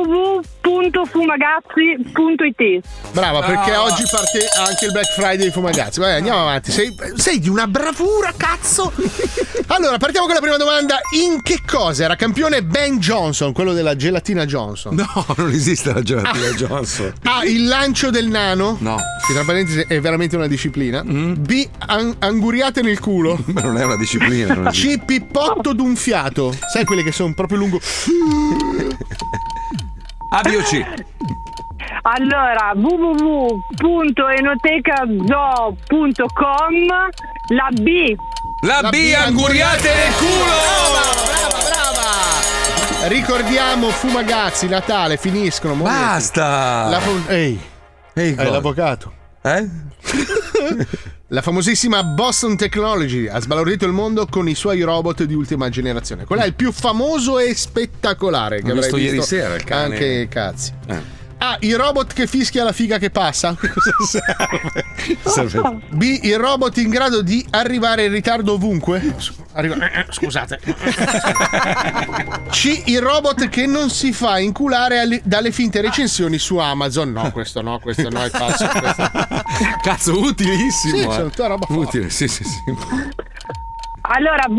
www.fumagazzi.it. Brava, perché oggi parte anche il Black Friday di Fumagazzi. Vai, andiamo avanti. Sei di una bravura, cazzo. Allora, partiamo con la prima domanda. In che cosa era campione Ben Johnson, quello della gelatina Johnson? No, non esiste la gelatina Johnson. A. Il lancio del nano. No. Che tra parentesi è veramente una disciplina. B. Anguriate nel culo. Ma non è una disciplina. C. Pippotto d'un fiato. Sai quelli che sono proprio lungo. A, B o C? Allora, www.enotecazoo.com. La B. La B, anguriate nel culo. Brava. Ricordiamo Fumagazzi, Natale, finiscono. Basta. Ehi, l'avvocato. La famosissima Boston Technology ha sbalordito il mondo con i suoi robot di ultima generazione. Quello è il più famoso e spettacolare che avrei visto ieri sera, il cane. Anche cazzi. A. Il robot che fischia la figa che passa. Cosa serve? B. Il robot in grado di arrivare in ritardo ovunque. Scusate. C. Il robot che non si fa inculare dalle finte recensioni su Amazon. No, questo no, è falso. Cazzo, utilissimo. Sì, sono tutta roba utile, sì. Allora,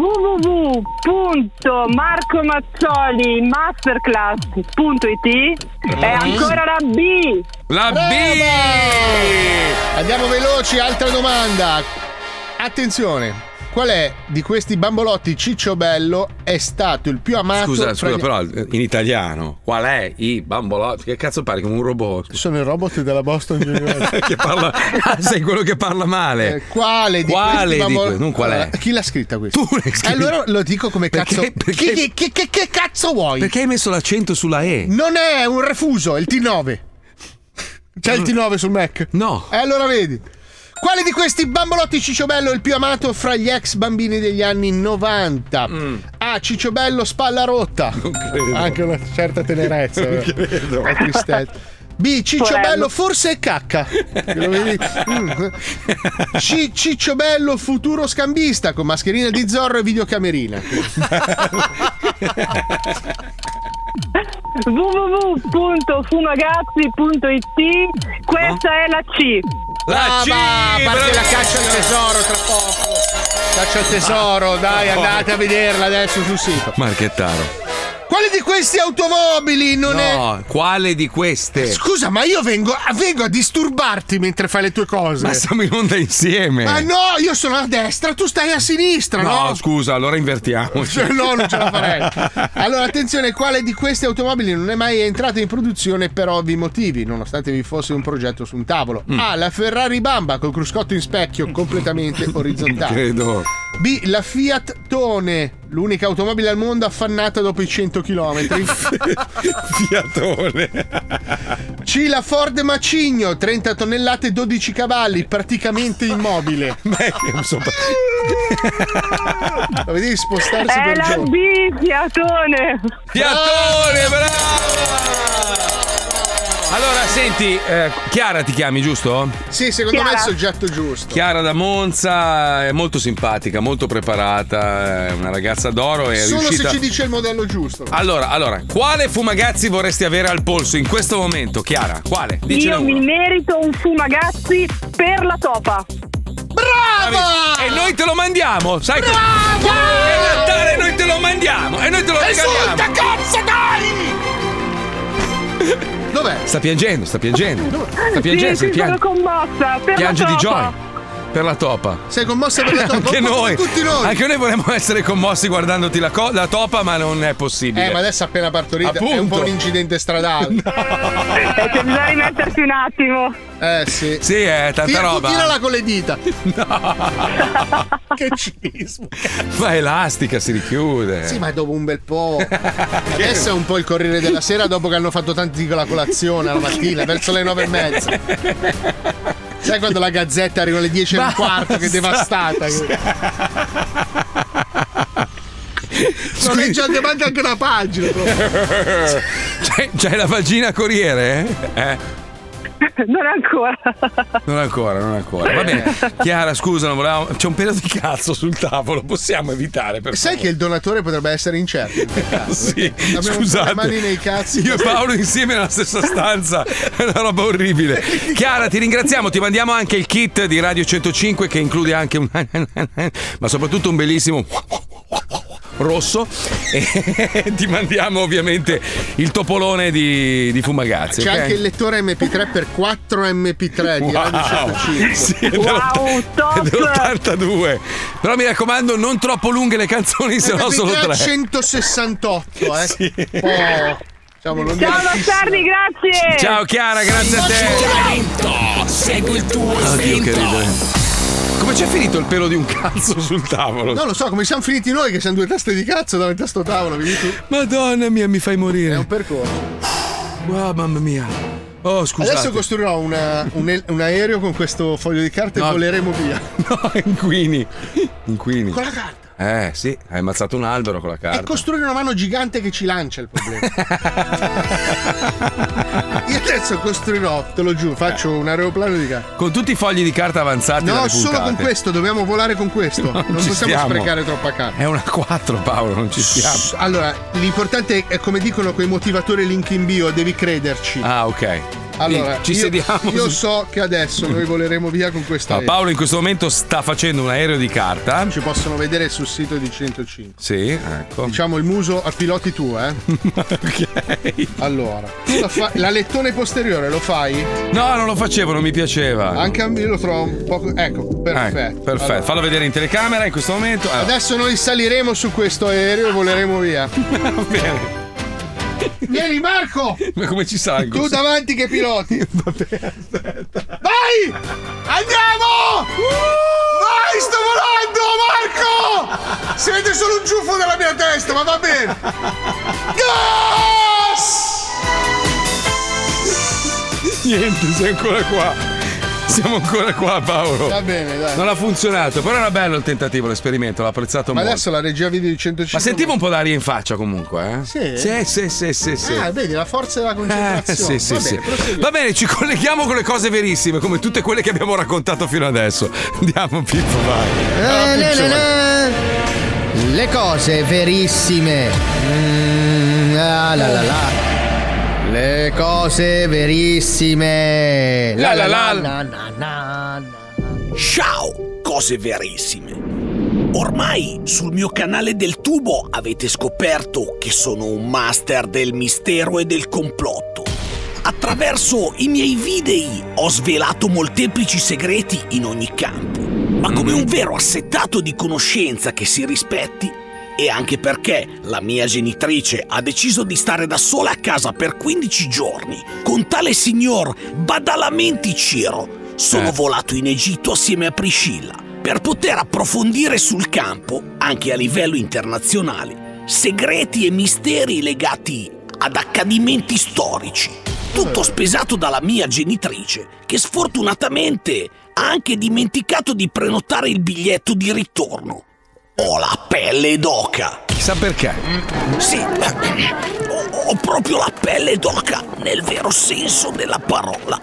www.marcomazzolimasterclass.it è ancora la B. La B. Andiamo veloci, altra domanda. Attenzione. qual è di questi bambolotti Cicciobello è stato il più amato? Scusa, però in italiano, qual è i bambolotti? Che cazzo parli come un robot? Sono i robot della Boston University. Che parla... sei quello che parla male. Quale di questi bambolotti? Non qual è? Chi l'ha scritta questa? Tu l'hai scritta. Allora lo dico come cazzo. Perché? Che cazzo vuoi? Perché hai messo l'accento sulla E? Non è un refuso, è il T9. C'è il T9 sul Mac? No. E allora vedi. Quale di questi bambolotti Cicciobello è il più amato fra gli ex bambini degli anni 90? A. Cicciobello spalla rotta. Non credo. Anche una certa tenerezza. Non credo. È tristezza. B. Cicciobello forse è cacca. C. Cicciobello futuro scambista con mascherina di Zorro e videocamerina. www.fumagazzi.it. Questa è la C. La C, parte la caccia al tesoro tra poco. Caccia al tesoro, dai, andate a vederla adesso sul sito. Marchettaro. Quale di questi automobili non è? No, quale di queste? Scusa, ma io vengo a disturbarti mentre fai le tue cose. Ma stiamo in onda insieme. Ma no, io sono a destra, tu stai a sinistra, no? No, scusa, allora invertiamoci. No, non ce la farei. Allora, attenzione, quale di questi automobili non è mai entrata in produzione per ovvi motivi, nonostante vi fosse un progetto su un tavolo? A. La Ferrari Bamba col cruscotto in specchio completamente orizzontale. Credo. B. La Fiat Tone, l'unica automobile al mondo affannata dopo i 100 km. Fiatone. C. La Ford Macigno, 30 tonnellate, 12 cavalli, praticamente immobile. Lo vedi spostarsi è per la giorno. B. Fiatone. Fiatone, bravo! Allora, senti, Chiara ti chiami, giusto? Sì, secondo Chiara. me è il soggetto giusto. Chiara da Monza è molto simpatica, molto preparata, è una ragazza d'oro e è Solo riuscita... se ci dice il modello giusto. Allora, quale fumagazzi vorresti avere al polso in questo momento, Chiara? Quale? Dicene Io uno. mi merito un fumagazzi per la topa. Brava! E noi te lo mandiamo, sai? Brava! È Natale, noi te lo mandiamo e noi te lo regaliamo. Esulta, cazzo, dai! Dov'è? Sta piangendo. Sta piangendo, Sì, sono commossa. Per piange la di topa. gioia per la topa. Sei commossa per la topa? Anche noi. Tutti noi. Anche noi vorremmo essere commossi guardandoti la topa, ma non è possibile. Ma adesso appena partorita è un po' un incidente stradale. C'è bisogno di mettersi un attimo. Sì. Sì, è tanta roba. Tirala con le dita. Che cinismo. Ma elastica, si richiude. Sì, ma è dopo un bel po'. Adesso è un po' il Corriere della Sera dopo che hanno fatto tanti con la colazione la mattina, verso le 9:30. Sai quando la Gazzetta arriva alle 10:15 che è devastata? Non leggiate manca anche una pagina. C'hai la vagina Corriere? Non ancora. Non ancora. Va bene. Chiara, scusa, non volevamo. C'è un pelo di cazzo sul tavolo, possiamo evitare per Sai favore? che il donatore potrebbe essere incerto? Sì, Abbiamo scusate. le mani nei cazzi. Io e Paolo insieme nella stessa stanza, è una roba orribile. Chiara, ti ringraziamo, ti mandiamo anche il kit di Radio 105 che include anche un ma soprattutto un bellissimo rosso e ti mandiamo ovviamente il topolone di Fumagazzi. C'è okay? anche il lettore MP3 per 4 MP3 di Radio 105. Sì, è dell'82. Però mi raccomando, non troppo lunghe le canzoni, se no solo 3. 168, Sì. Ciao bastardi, grazie. Ciao Chiara, grazie a te. Segui il tuo Oddio, che ridere. Come c'è finito il pelo di un cazzo sul tavolo? Non lo so, come siamo finiti noi che siamo due teste di cazzo davanti a sto tavolo, vedi tu? Madonna mia, mi fai morire. È un percorso. Oh, mamma mia. Oh, scusate. Adesso costruirò un aereo con questo foglio di carta e voleremo via. No, inquini. Con la carta. Sì, hai ammazzato un albero con la carta. È costruire una mano gigante che ci lancia il problema. Io adesso costruirò, te lo giuro, faccio un aeroplano di carta. Con tutti i fogli di carta avanzati. No, dalle solo puntate. con questo, dobbiamo volare con questo. Non ci possiamo stiamo. sprecare troppa carta. È una 4, Paolo, non ci stiamo. Allora, l'importante è come dicono quei motivatori link in bio, devi crederci. Ah, ok. Allora, ci sediamo. Io so che adesso noi voleremo via con questo aereo. Paolo in questo momento sta facendo un aereo di carta. Ci possono vedere sul sito di 105. Sì, ecco. Diciamo il muso a piloti tu, Ok. Allora, l'alettone posteriore lo fai? No, non lo facevo, non mi piaceva. Anche a me lo trovo un po'. Ecco, perfetto. Perfetto. Allora. Fallo vedere in telecamera in questo momento. Adesso noi saliremo su questo aereo e voleremo via. Va bene. Vieni Marco! Ma come ci salgo? Tu davanti che piloti. Vabbè, aspetta. Vai! Andiamo! Vai, sto volando, Marco! Si vede solo un ciuffo della mia testa, ma va bene. Gas! Niente, sei ancora qua. Siamo ancora qua, Paolo. Va bene, dai. Non ha funzionato, però era bello il tentativo, l'esperimento, l'ho apprezzato molto. Ma adesso la regia video di 105. Ma sentivo un po' d'aria in faccia comunque, Sì? Sì. Ah, vedi, la forza della concentrazione. Sì. Va bene, ci colleghiamo con le cose verissime, come tutte quelle che abbiamo raccontato fino adesso. Andiamo, Pippo, vai. Le cose verissime. Le cose verissime. Ciao, cose verissime. Ormai sul mio canale del tubo avete scoperto che sono un master del mistero e del complotto. Attraverso i miei video ho svelato molteplici segreti in ogni campo, ma come un vero assetato di conoscenza che si rispetti, e anche perché la mia genitrice ha deciso di stare da sola a casa per 15 giorni con tale signor Badalamenti Ciro, sono volato in Egitto assieme a Priscilla per poter approfondire sul campo, anche a livello internazionale, segreti e misteri legati ad accadimenti storici. Tutto spesato dalla mia genitrice, che sfortunatamente ha anche dimenticato di prenotare il biglietto di ritorno. Ho la pelle d'oca. Chissà perché. Sì, ho proprio la pelle d'oca nel vero senso della parola.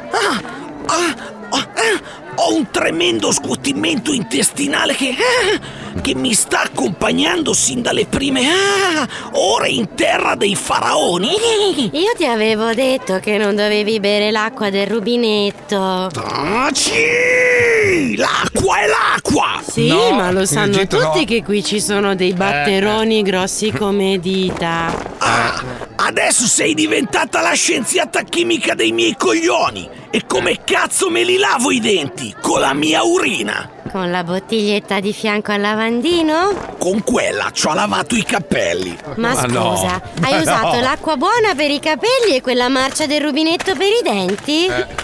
Ho un tremendo scuotimento intestinale che mi sta accompagnando sin dalle prime ore in terra dei faraoni. Io ti avevo detto che non dovevi bere l'acqua del rubinetto. Sì, l'acqua è l'acqua. Sì, no, ma lo sanno Egitto tutti no. che qui ci sono dei batteroni grossi come dita. Adesso sei diventata la scienziata chimica dei miei coglioni. E come cazzo me li lavo i denti? Con la mia urina. Con la bottiglietta di fianco al lavandino? Con quella ci ho lavato i capelli. Ma scusa, hai usato l'acqua buona per i capelli e quella marcia del rubinetto per i denti?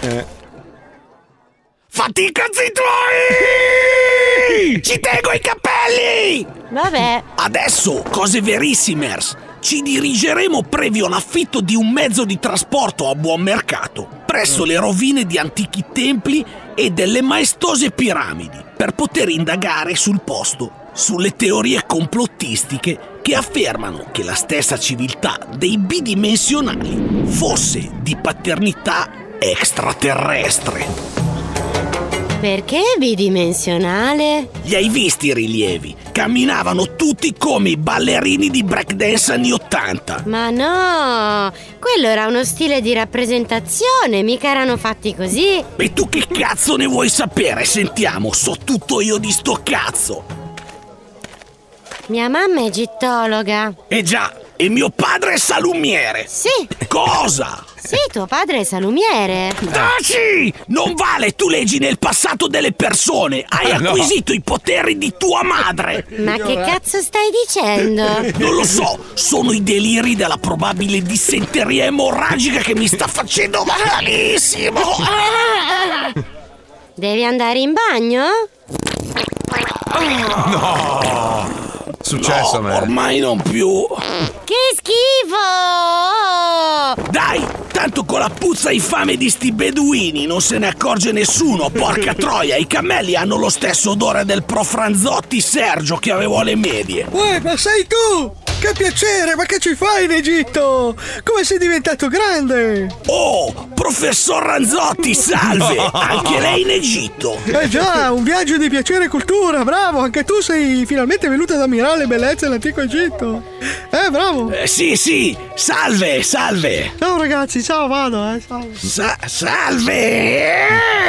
Fatti i cazzi tuoi! Ci tengo i capelli! Vabbè. Adesso, cose verissimers. Ci dirigeremo previo l'affitto di un mezzo di trasporto a buon mercato presso le rovine di antichi templi e delle maestose piramidi per poter indagare sul posto sulle teorie complottistiche che affermano che la stessa civiltà dei bidimensionali fosse di paternità extraterrestre. Perché bidimensionale? Li hai visti i rilievi? Camminavano tutti come i ballerini di breakdance anni 80. Ma no, quello era uno stile di rappresentazione, mica erano fatti così. E tu che cazzo ne vuoi sapere? Sentiamo, so tutto io di sto cazzo. Mia mamma è egittologa. Già, e mio padre è salumiere. Sì. Cosa? Sì, tuo padre è salumiere. Taci! Non vale, tu leggi nel passato delle persone. Hai acquisito i poteri di tua madre. Ma che cazzo stai dicendo? Non lo so, sono i deliri della probabile dissenteria emorragica che mi sta facendo malissimo. Devi andare in bagno? No! Successo, no, ormai non più. Che schifo! Dai, tanto con la puzza infame di sti beduini non se ne accorge nessuno, porca troia. I cammelli hanno lo stesso odore del pro Franzotti Sergio che avevo alle medie. Uè, ma sei tu! Che piacere, ma che ci fai in Egitto? Come sei diventato grande? Oh, professor Ranzotti, salve! No. Anche lei in Egitto? Già, un viaggio di piacere e cultura, bravo! Anche tu sei finalmente venuto ad ammirare le bellezze dell'antico Egitto. Bravo! Sì, salve! Ciao ragazzi, ciao, vado, salve! Salve!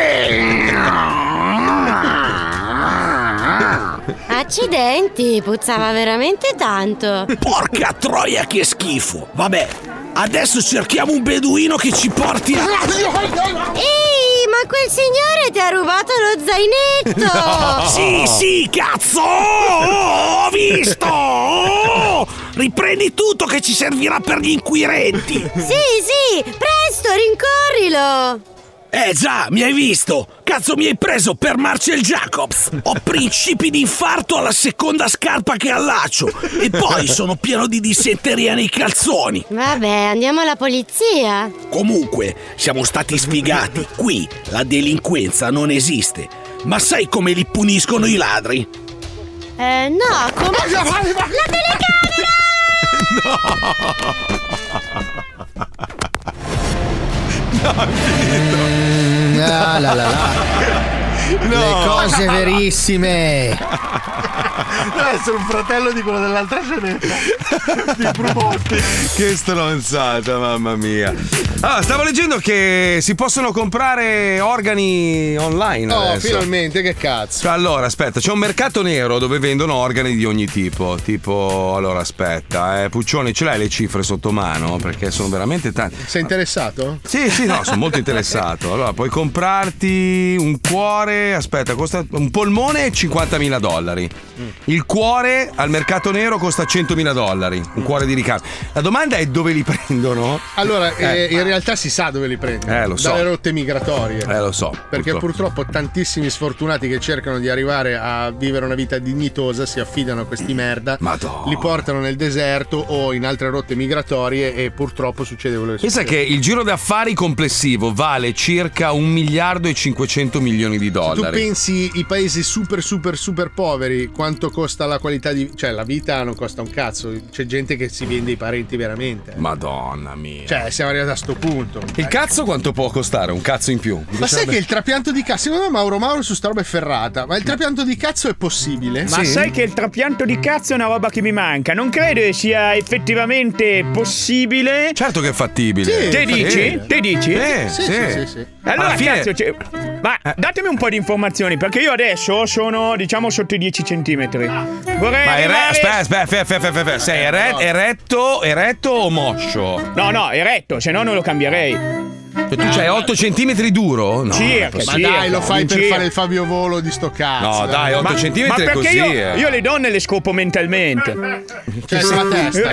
Accidenti, puzzava veramente tanto. Porca troia, che schifo! Vabbè, adesso cerchiamo un beduino che ci porti a... Ehi, ma quel signore ti ha rubato lo zainetto! No. Sì, cazzo! Ho visto! Riprendi tutto che ci servirà per gli inquirenti! Sì, presto, rincorrilo! Già, mi hai visto! Cazzo, mi hai preso per Marcel Jacobs! Ho principi di infarto alla seconda scarpa che allaccio! E poi sono pieno di dissenteria nei calzoni! Vabbè, andiamo alla polizia! Comunque, siamo stati sfigati. Qui la delinquenza non esiste. Ma sai come li puniscono i ladri? No, come... La telecamera! No, è finito. Le cose verissime. Deve essere un fratello di quello dell'altra scenetta di Brumotti. Che stronzata, mamma mia. Stavo leggendo che si possono comprare organi online adesso. Finalmente, che cazzo. Allora, aspetta, c'è un mercato nero dove vendono organi di ogni tipo. Tipo, allora aspetta, Puccioni, ce l'hai le cifre sotto mano? Perché sono veramente tanti. Sei interessato? Sì, no, sono molto interessato. Allora, puoi comprarti un cuore, aspetta, costa un polmone $50.000. Il cuore al mercato nero costa $100.000. Un cuore di ricambio. La domanda è dove li prendono? Allora, in realtà si sa dove li prendono. Lo so. Dalle rotte migratorie. Lo so. Perché purtroppo tantissimi sfortunati che cercano di arrivare a vivere una vita dignitosa si affidano a questi merda. Madonna. Li portano nel deserto o in altre rotte migratorie e purtroppo succede quello che Pensa succede. che il giro d'affari complessivo vale circa $1,5 miliardi. Se tu pensi i paesi super poveri, quanto costa la qualità di... Cioè la vita non costa un cazzo. C'è gente che si vende i parenti veramente. Madonna mia. Cioè siamo arrivati a sto punto. Il cazzo quanto può costare? Un cazzo in più? Ma sai che il trapianto di cazzo, secondo me Mauro su sta roba è ferrata, ma il trapianto di cazzo è possibile? Ma sai che il trapianto di cazzo è una roba che mi manca? Non credo che sia effettivamente possibile. Certo che è fattibile. Sì, Te dici? Te dici? Sì. Allora, alla fine... cazzo, ma datemi un po' di informazioni, perché io adesso sono, diciamo, sotto i 10 centimetri. Vorrei aspetta, sei eretto o moscio? No, eretto, se no non lo cambierei. Cioè, tu c'hai 8 centimetri duro? No, circa, ma dai, lo fai per fare il Fabio Volo di sto cazzo. No, dai, 8 centimetri ma è così. Io le donne le scopo mentalmente. Cioè, sulla testa.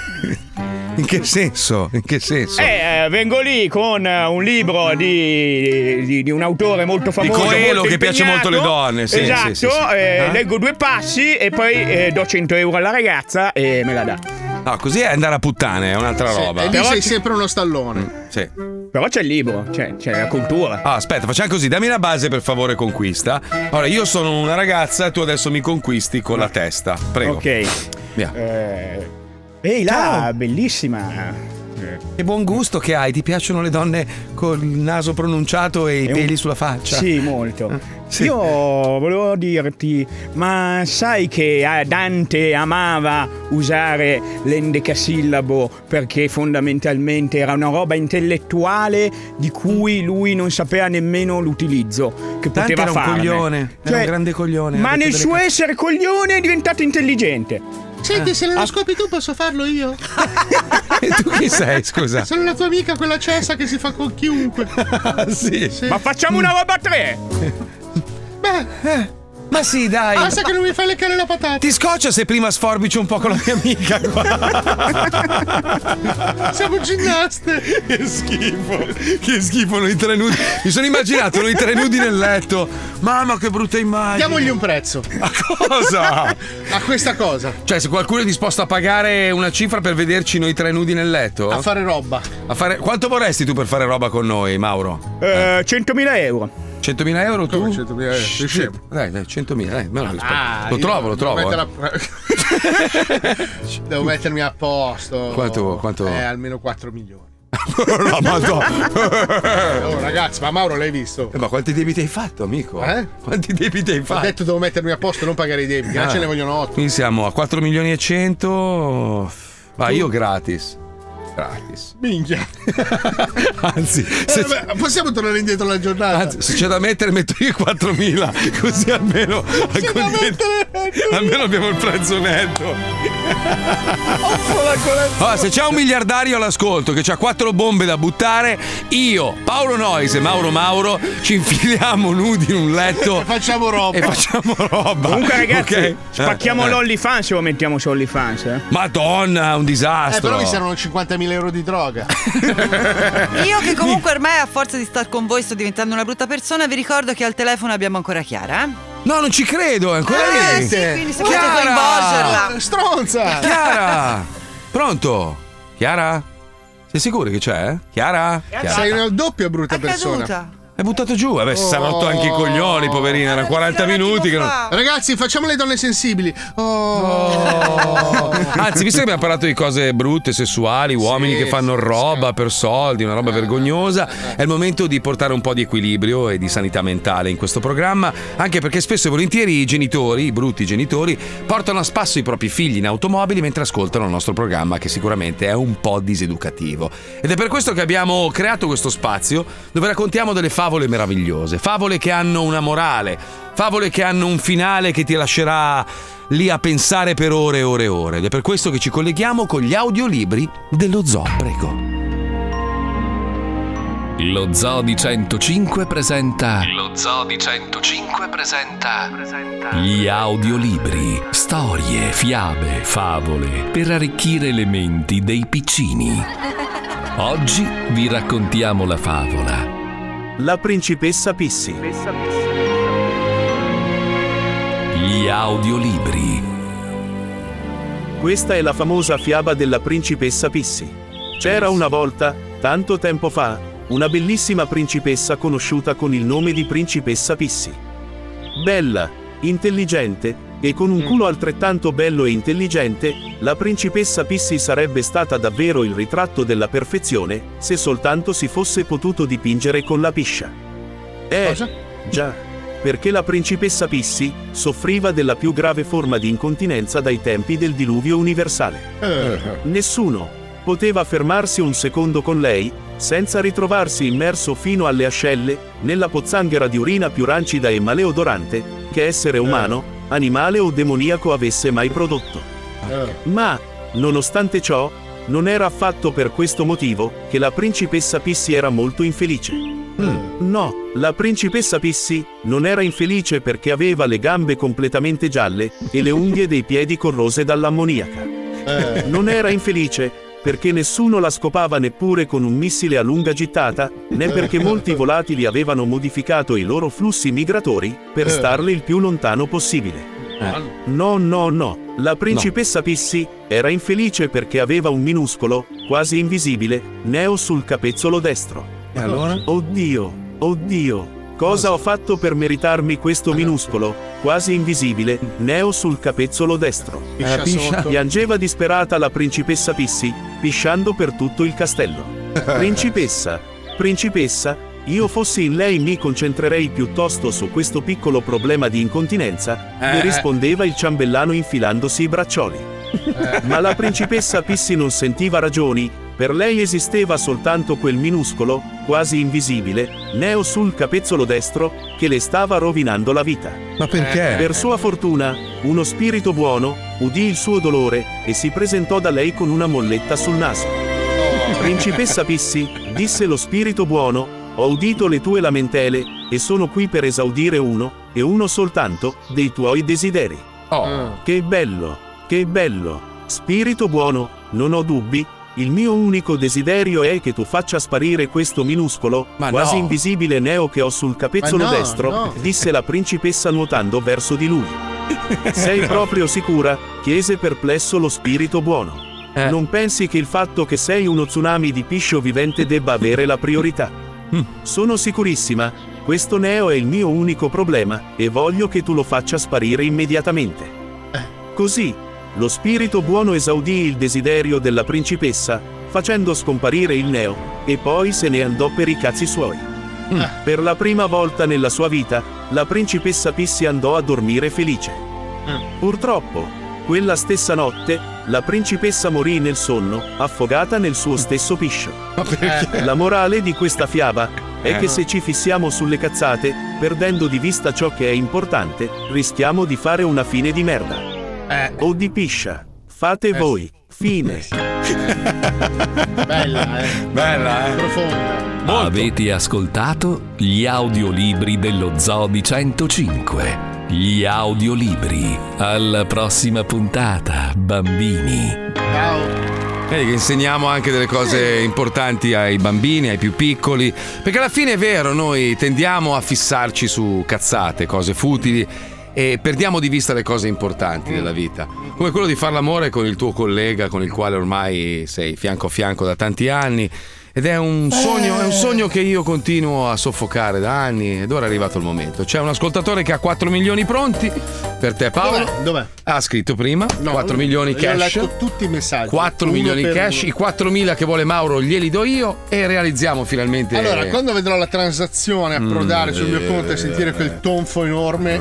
In che senso? Vengo lì con un libro di un autore molto famoso, di Coelho, molto che piace molto alle donne. Sì, esatto, sì. leggo 2 passi e poi do 100 euro alla ragazza e me la dà. No, così è andare a puttane, è un'altra roba. E lì sei sempre uno stallone. Sì. Però c'è il libro, c'è la cultura. Aspetta, facciamo così, dammi la base per favore, conquista. Allora, io sono una ragazza e tu adesso mi conquisti con la testa. Prego. Ok. Via. Ehi là, bellissima. Che buon gusto che hai, ti piacciono le donne con il naso pronunciato e i peli sulla faccia? Sì, molto. Sì. Io volevo dirti, ma sai che Dante amava usare l'endecasillabo perché fondamentalmente era una roba intellettuale di cui lui non sapeva nemmeno l'utilizzo che Dante poteva era un farne. coglione, era un grande coglione. Ma nel suo essere coglione è diventato intelligente. Senti, se lo scopi tu posso farlo io? E tu chi sei, scusa? Sono la tua amica, quella cessa che si fa con chiunque. Sì. Ma facciamo una roba a 3. Beh, ma sì, dai. Basta che non mi fai leccare la patata. Ti scoccia se prima sforbici un po' con la mia amica qua. Siamo ginnaste. Che schifo noi 3 nudi. Mi sono immaginato noi 3 nudi nel letto. Mamma, che brutta immagine. Diamogli un prezzo. A cosa? A questa cosa. Cioè, se qualcuno è disposto a pagare una cifra per vederci noi 3 nudi nel letto? A fare roba. Quanto vorresti tu per fare roba con noi, Mauro? 100.000 euro. 100.000 euro tu? 100.000 euro. Dai, 100.000, dai, me lo Ah, trovo. Devo mettermi a posto. Quanto? Almeno 4 milioni. No, Oh, ragazzi, ma Mauro l'hai visto? Ma quanti debiti hai fatto, amico? Quanti debiti hai fatto? Ho detto devo mettermi a posto, non pagare i debiti. Ce ne vogliono 8. Quindi siamo a 4 milioni e 100. Ma io gratis. Minchia. Anzi, possiamo tornare indietro la giornata? Anzi, se c'è da mettere, metto io 4.000. Così almeno abbiamo il prezzo netto. Se c'è un miliardario all'ascolto che ha 4 bombe da buttare, io, Paolo Noyes e Mauro ci infiliamo nudi in un letto e facciamo roba. Comunque, ragazzi, spacchiamo l'OnlyFans o lo mettiamo su OnlyFans? Madonna, un disastro. Però mi servono 50.000 euro di droga. Io che comunque ormai a forza di star con voi sto diventando una brutta persona, vi ricordo che al telefono abbiamo ancora Chiara. No, non ci credo, è ancora lì. Sì, quindi se potete coinvolgerla. Stronza. Chiara. Pronto? Chiara? Sei sicuro che c'è? Chiara? Sei una doppia brutta persona. Caduta. È buttato giù, vabbè, si sarà rotto anche i coglioni, poverina, erano 40 minuti che non... Ragazzi, facciamo le donne sensibili. Anzi, visto che abbiamo parlato di cose brutte, sessuali, uomini che fanno roba per soldi, una roba vergognosa, è il momento di portare un po' di equilibrio e di sanità mentale in questo programma, anche perché spesso e volentieri i genitori, i brutti genitori, portano a spasso i propri figli in automobili mentre ascoltano il nostro programma, che sicuramente è un po' diseducativo. Ed è per questo che abbiamo creato questo spazio dove raccontiamo delle favole meravigliose, favole che hanno una morale, favole che hanno un finale che ti lascerà lì a pensare per ore e ore e ore. Ed è per questo che ci colleghiamo con gli audiolibri dello Zoo. Prego. Lo Zoo di 105 presenta gli audiolibri, storie, fiabe, favole per arricchire le menti dei piccini. Oggi vi raccontiamo la favola La principessa Pissy. Gli audiolibri. Questa è la famosa fiaba della principessa Pissy. C'era una volta, tanto tempo fa, una bellissima principessa conosciuta con il nome di principessa Pissy. Bella, intelligente e con un culo altrettanto bello e intelligente, la principessa Pissy sarebbe stata davvero il ritratto della perfezione se soltanto si fosse potuto dipingere con la piscia. Già, perché la principessa Pissy soffriva della più grave forma di incontinenza dai tempi del diluvio universale. Nessuno poteva fermarsi un secondo con lei senza ritrovarsi immerso fino alle ascelle nella pozzanghera di urina più rancida e maleodorante che essere umano, animale o demoniaco avesse mai prodotto. Ma, nonostante ciò, non era affatto per questo motivo che la principessa Pissy era molto infelice. No, la principessa Pissy non era infelice perché aveva le gambe completamente gialle e le unghie dei piedi corrose dall'ammoniaca. Non era infelice perché nessuno la scopava neppure con un missile a lunga gittata, né perché molti volatili avevano modificato i loro flussi migratori per starle il più lontano possibile. No. La principessa Pissy era infelice perché aveva un minuscolo, quasi invisibile, neo sul capezzolo destro. E allora? Oddio. Cosa ho fatto per meritarmi questo minuscolo, quasi invisibile, neo sul capezzolo destro? Piangeva disperata la principessa Pissy, pisciando per tutto il castello. Principessa, io fossi in lei mi concentrerei piuttosto su questo piccolo problema di incontinenza, le rispondeva il ciambellano infilandosi i braccioli. Ma la principessa Pissy non sentiva ragioni, per lei esisteva soltanto quel minuscolo, quasi invisibile, neo sul capezzolo destro, che le stava rovinando la vita. Ma perché? Per sua fortuna, uno spirito buono udì il suo dolore e si presentò da lei con una molletta sul naso. Principessa Pissy, disse lo spirito buono, ho udito le tue lamentele e sono qui per esaudire uno, e uno soltanto, dei tuoi desideri. Che bello, spirito buono, non ho dubbi. Il mio unico desiderio è che tu faccia sparire questo minuscolo, quasi invisibile neo che ho sul capezzolo destro, disse la principessa nuotando verso di lui. Sei proprio sicura? Chiese perplesso lo spirito buono. Non pensi che il fatto che sei uno tsunami di piscio vivente debba avere la priorità? Sono sicurissima, questo neo è il mio unico problema, e voglio che tu lo faccia sparire immediatamente. Lo spirito buono esaudì il desiderio della principessa, facendo scomparire il neo, e poi se ne andò per i cazzi suoi. Per la prima volta nella sua vita, la principessa Pissy andò a dormire felice. Purtroppo, quella stessa notte, la principessa morì nel sonno, affogata nel suo stesso piscio. La morale di questa fiaba è che se ci fissiamo sulle cazzate, perdendo di vista ciò che è importante, rischiamo di fare una fine di merda. O di piscia. Fate voi. Fine. Bella, profonda. Molto. Avete ascoltato gli audiolibri dello Zoo di 105. Gli audiolibri. Alla prossima puntata, bambini. Ciao. Vedi che insegniamo anche delle cose importanti ai bambini, ai più piccoli, perché alla fine è vero, noi tendiamo a fissarci su cazzate, cose futili, e perdiamo di vista le cose importanti della vita, come quello di far l'amore con il tuo collega con il quale ormai sei fianco a fianco da tanti anni, ed è un sogno che io continuo a soffocare da anni, ed ora è arrivato il momento. C'è un ascoltatore che ha 4 milioni pronti per te, Paolo. Dov'è? Ha scritto prima 4 milioni cash. Io ho letto tutti i messaggi. 4 milioni cash, i 4.000 che vuole Mauro glieli do io e realizziamo finalmente. Allora, quando vedrò la transazione approdare sul mio conto e sentire quel tonfo enorme,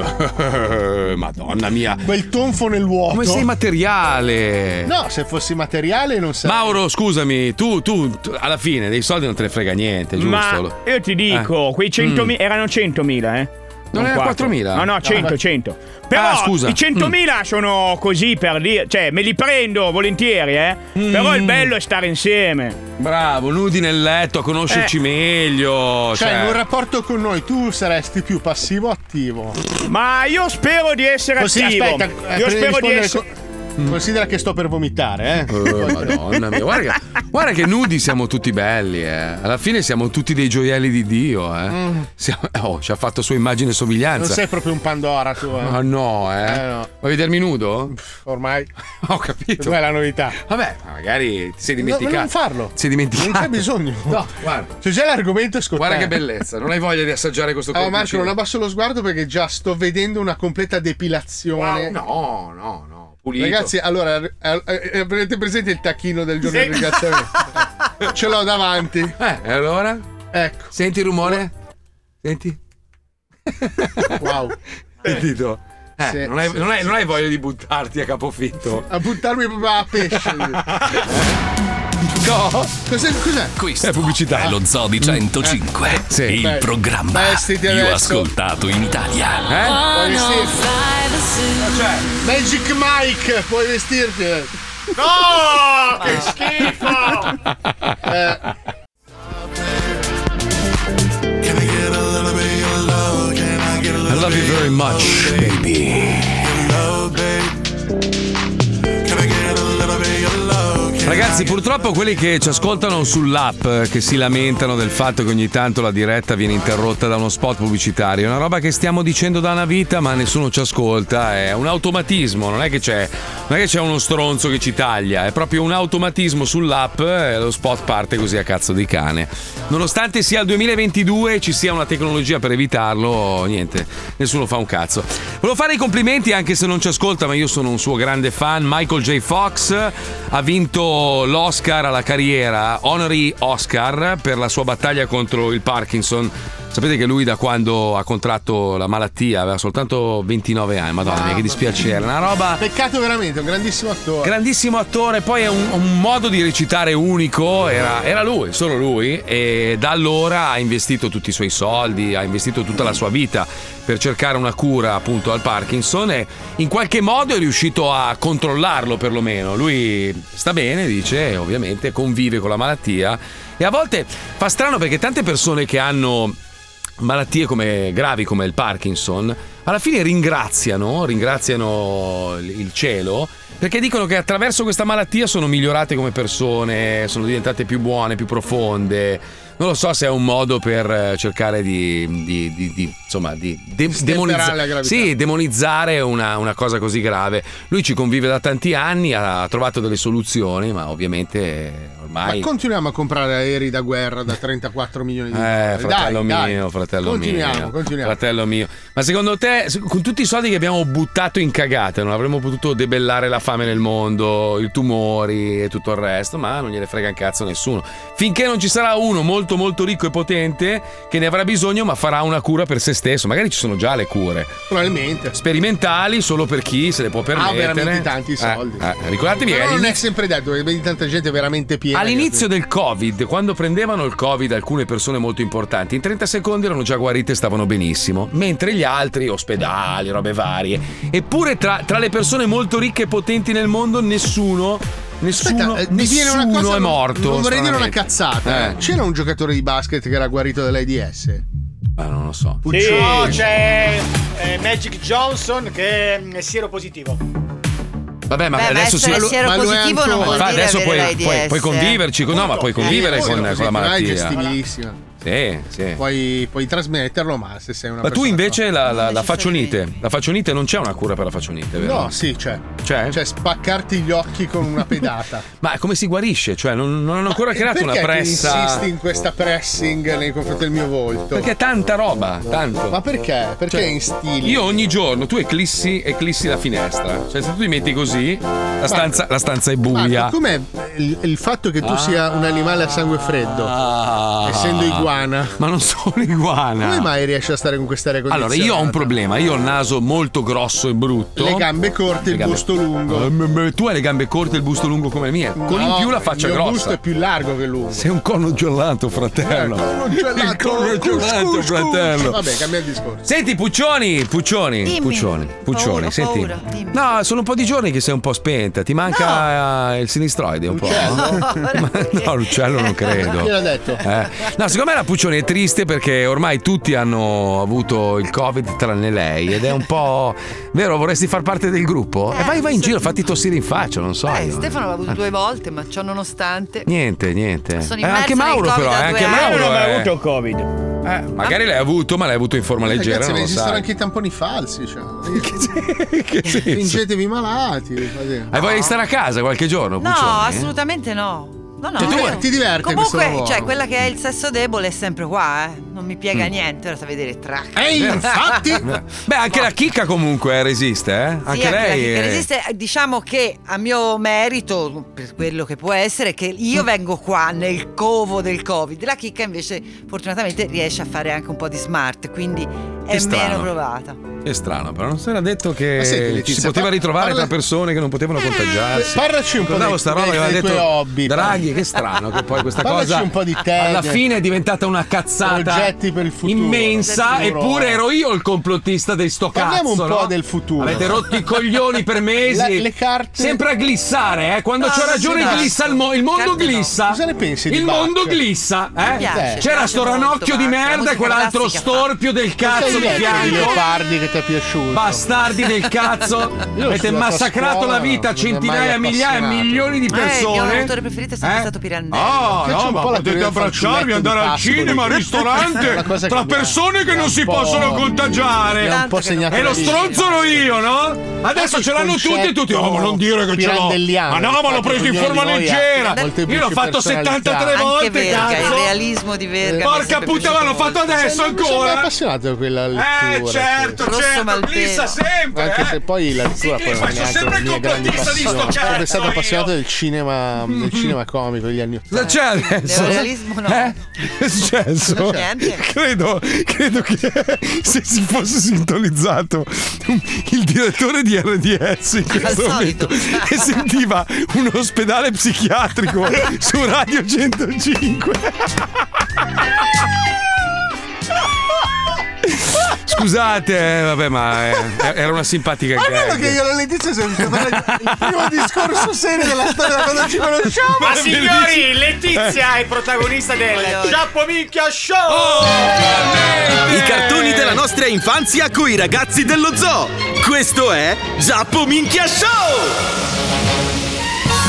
Madonna mia, quel tonfo nel vuoto. Come sei materiale? No, se fossi materiale non sarebbe. Mauro, scusami, tu alla fine dei soldi non te ne frega niente, giusto? Ma io ti dico, quei 100.000 erano 100.000, Non erano 4.000? No, 100. Però scusa. i 100.000 sono così per dire, cioè me li prendo volentieri, però il bello è stare insieme. Bravo, nudi nel letto, a conoscerci meglio. Cioè, in un rapporto con noi tu saresti più passivo o attivo? Ma io spero di essere attivo. Aspetta, io spero di essere. Considera che sto per vomitare, Madonna mia, guarda che nudi siamo tutti belli, alla fine siamo tutti dei gioielli di Dio, ci ha fatto sua immagine e somiglianza. Non sei proprio un Pandora tu, Ma no, no. Vuoi vedermi nudo? Ormai ho capito. Qual è la novità? Vabbè, magari ti sei dimenticato. Non farlo. Sei dimenticato. Non c'è bisogno. No, guarda. Se già l'argomento è scottato. Guarda che bellezza, non hai voglia di assaggiare questo corpo? Marco, non abbasso lo sguardo perché già sto vedendo una completa depilazione. Wow, no. Pulito. Ragazzi, allora avete presente il tacchino del giorno del ringraziamento? Ce l'ho davanti. E allora? Ecco. Senti il rumore? Senti? Wow. Sentito? Non hai voglia di buttarti a capofitto? A buttarmi proprio a pesce. No. Cos'è? Questo è pubblicità. È lo Zoo di 105, il programma più ascoltato in Italia. Puoi vestirti. Cioè, Magic Mike, puoi vestirti. No, che schifo. I love you very much, baby. Ragazzi, purtroppo quelli che ci ascoltano sull'app, che si lamentano del fatto che ogni tanto la diretta viene interrotta da uno spot pubblicitario, è una roba che stiamo dicendo da una vita ma nessuno ci ascolta, è un automatismo, non è che c'è uno stronzo che ci taglia, è proprio un automatismo sull'app e lo spot parte così a cazzo di cane. Nonostante sia il 2022 e ci sia una tecnologia per evitarlo, niente, nessuno fa un cazzo. Volevo fare i complimenti anche se non ci ascolta, ma io sono un suo grande fan. Michael J. Fox ha vinto l'Oscar alla carriera, Honorary Oscar, per la sua battaglia contro il Parkinson. Sapete che lui da quando ha contratto la malattia aveva soltanto 29 anni. Madonna mia, che dispiacere, una roba. Peccato veramente, un grandissimo attore. Grandissimo attore, poi è un modo di recitare unico, era lui, solo lui, e da allora ha investito tutti i suoi soldi, ha investito tutta la sua vita per cercare una cura appunto al Parkinson e in qualche modo è riuscito a controllarlo perlomeno. Lui sta bene, dice, ovviamente convive con la malattia e a volte fa strano perché tante persone che hanno malattie gravi come il Parkinson alla fine ringraziano il cielo perché dicono che attraverso questa malattia sono migliorate come persone, sono diventate più buone, più profonde. Non lo so se è un modo per cercare di demonizzare una cosa così grave. Lui ci convive da tanti anni, ha trovato delle soluzioni, ma ovviamente ormai. Ma continuiamo a comprare aerei da guerra da 34 milioni di dollari. Fratello mio. Fratello mio. Ma secondo te, con tutti i soldi che abbiamo buttato in cagate, non avremmo potuto debellare la fame nel mondo, i tumori e tutto il resto? Ma non gliene frega un cazzo nessuno. Finché non ci sarà uno molto molto ricco e potente che ne avrà bisogno, ma farà una cura per se stesso. Magari ci sono già le cure. Probabilmente. Sperimentali, solo per chi se le può permettere. Ha veramente tanti soldi. Ricordatevi che non è sempre detto, perché vedi tanta gente veramente piena. All'inizio del Covid, quando prendevano il Covid alcune persone molto importanti, in 30 secondi erano già guarite e stavano benissimo, mentre gli altri, ospedali, robe varie. Eppure tra le persone molto ricche e potenti nel mondo nessuno mi viene una cosa, è morto. Non vorrei dire una cazzata. C'era un giocatore di basket che era guarito dall'AIDS? Ma non lo so. Sì. No, c'è Magic Johnson che è sieropositivo. Vabbè, ma adesso positivo non vuol dire adesso avere puoi conviverci con, puoi convivere con la malattia. È gestibilissima. Sì. Puoi trasmetterlo, ma se sei una persona. Ma tu invece la faccionite non c'è una cura per la faccionite, vero? No, sì, c'è. Cioè spaccarti gli occhi con una pedata. Ma come si guarisce? Cioè non hanno ancora creato una pressa. Perché insisti in questa pressing nei confronti del mio volto? Perché è tanta roba, tanto. Ma perché? Perché instilli? Io ogni giorno tu eclissi la finestra. Cioè se tu ti metti così, la stanza è buia. Ma com'è il fatto che tu sia un animale a sangue freddo, essendo iguana? Ma non sono iguana. Come mai riesci a stare con quest'aria condizionata? Allora, io ho un problema. Io ho il naso molto grosso e brutto. Le gambe corte e il busto lungo. Tu hai le gambe corte e il busto lungo come le mie. Con in più la faccia grossa. Il busto è più largo che lungo. Sei un corno gelato, fratello. Il corno gelato, fratello. Vabbè, cambia il discorso. Senti, Puccioni. Paura, senti. dimmi. No, sono un po' di giorni che sei un po' spenta. Ti manca il sinistroide un po'. No, l'uccello non credo. Chi l'ha detto? No, secondo me la Puccioni è triste perché ormai tutti hanno avuto il Covid tranne lei ed è un po'. Vero, vorresti far parte del gruppo? E vai in giro, fatti tossire in faccia, non so. Stefano l'ha avuto 2 volte, ma ciò nonostante. Niente. Sono Anche Mauro però, anche Mauro non ha avuto il Covid. Magari l'hai avuto, ma l'hai avuto in forma leggera. Ragazzi, non lo esistono sai. anche i tamponi falsi. Cioè. Che senso? Fingetevi malati. Hai voglia di stare a casa qualche giorno? No, Puccioni? assolutamente no. No, ti diverti. Comunque, cioè, quella che è il sesso debole è sempre qua, Non mi piega niente, ora sta a vedere infatti. Beh, anche la chicca comunque resiste, Sì, anche lei. La chicca resiste. Diciamo che a mio merito, per quello che può essere, che io vengo qua nel covo del Covid. La chicca invece, fortunatamente, riesce a fare anche un po' di smart, quindi è meno provata. È strano, però non si era detto che ci si poteva ritrovare tra persone che non potevano contagiarsi. Parlaci un po' sta roba che aveva detto hobby. Draghi, che strano che poi questa cosa un po' di te, alla fine è diventata una cazzata progetti per il futuro, immensa, eppure ero io il complottista di sto Parliamo cazzo. un po' del futuro. Avete rotto i coglioni per mesi. Le carte sempre a glissare, quando c'ho ragione glissa il mondo glissa. Cosa ne pensi di il mondo glissa, C'era sto ranocchio di merda e quell'altro storpio del cazzo di fianco. Leopardi che ti è piaciuto? Bastardi del cazzo. Avete massacrato la vita a centinaia, migliaia, milioni di persone. Il mio autore preferito è sempre stato Pirandello. No, ma potete abbracciarvi, andare al cinema, al ristorante, tra persone che non si possono contagiare. E lo stronzo sono io, no? Adesso ce l'hanno tutti. Ma non dire che ce l'ho. Ma no, ma l'ho preso in forma leggera. Io l'ho fatto 73 volte, Verga, il realismo di Verga. Porca puttana, l'ho fatto adesso ancora. Sei appassionato di quella lettura. Certo, glissa sempre. Anche se poi la lettura poi non è neanche una mia grande passione. Sono sempre stato appassionato del cinema comico degli anni 80. Cosa c'è adesso? Del realismo no. Che è successo? Niente. Credo che se si fosse sintonizzato il direttore di RDS in questo momento e sentiva un ospedale psichiatrico su Radio 105. Scusate, vabbè, ma era una simpatica gag. Almeno che io e Letizia siamo il primo discorso serio della storia da quando ci conosciamo. Ma signori, Letizia è protagonista del Giappo Minchia Show! I cartoni della nostra infanzia coi ragazzi dello zoo. Questo è Giappo Minchia Show!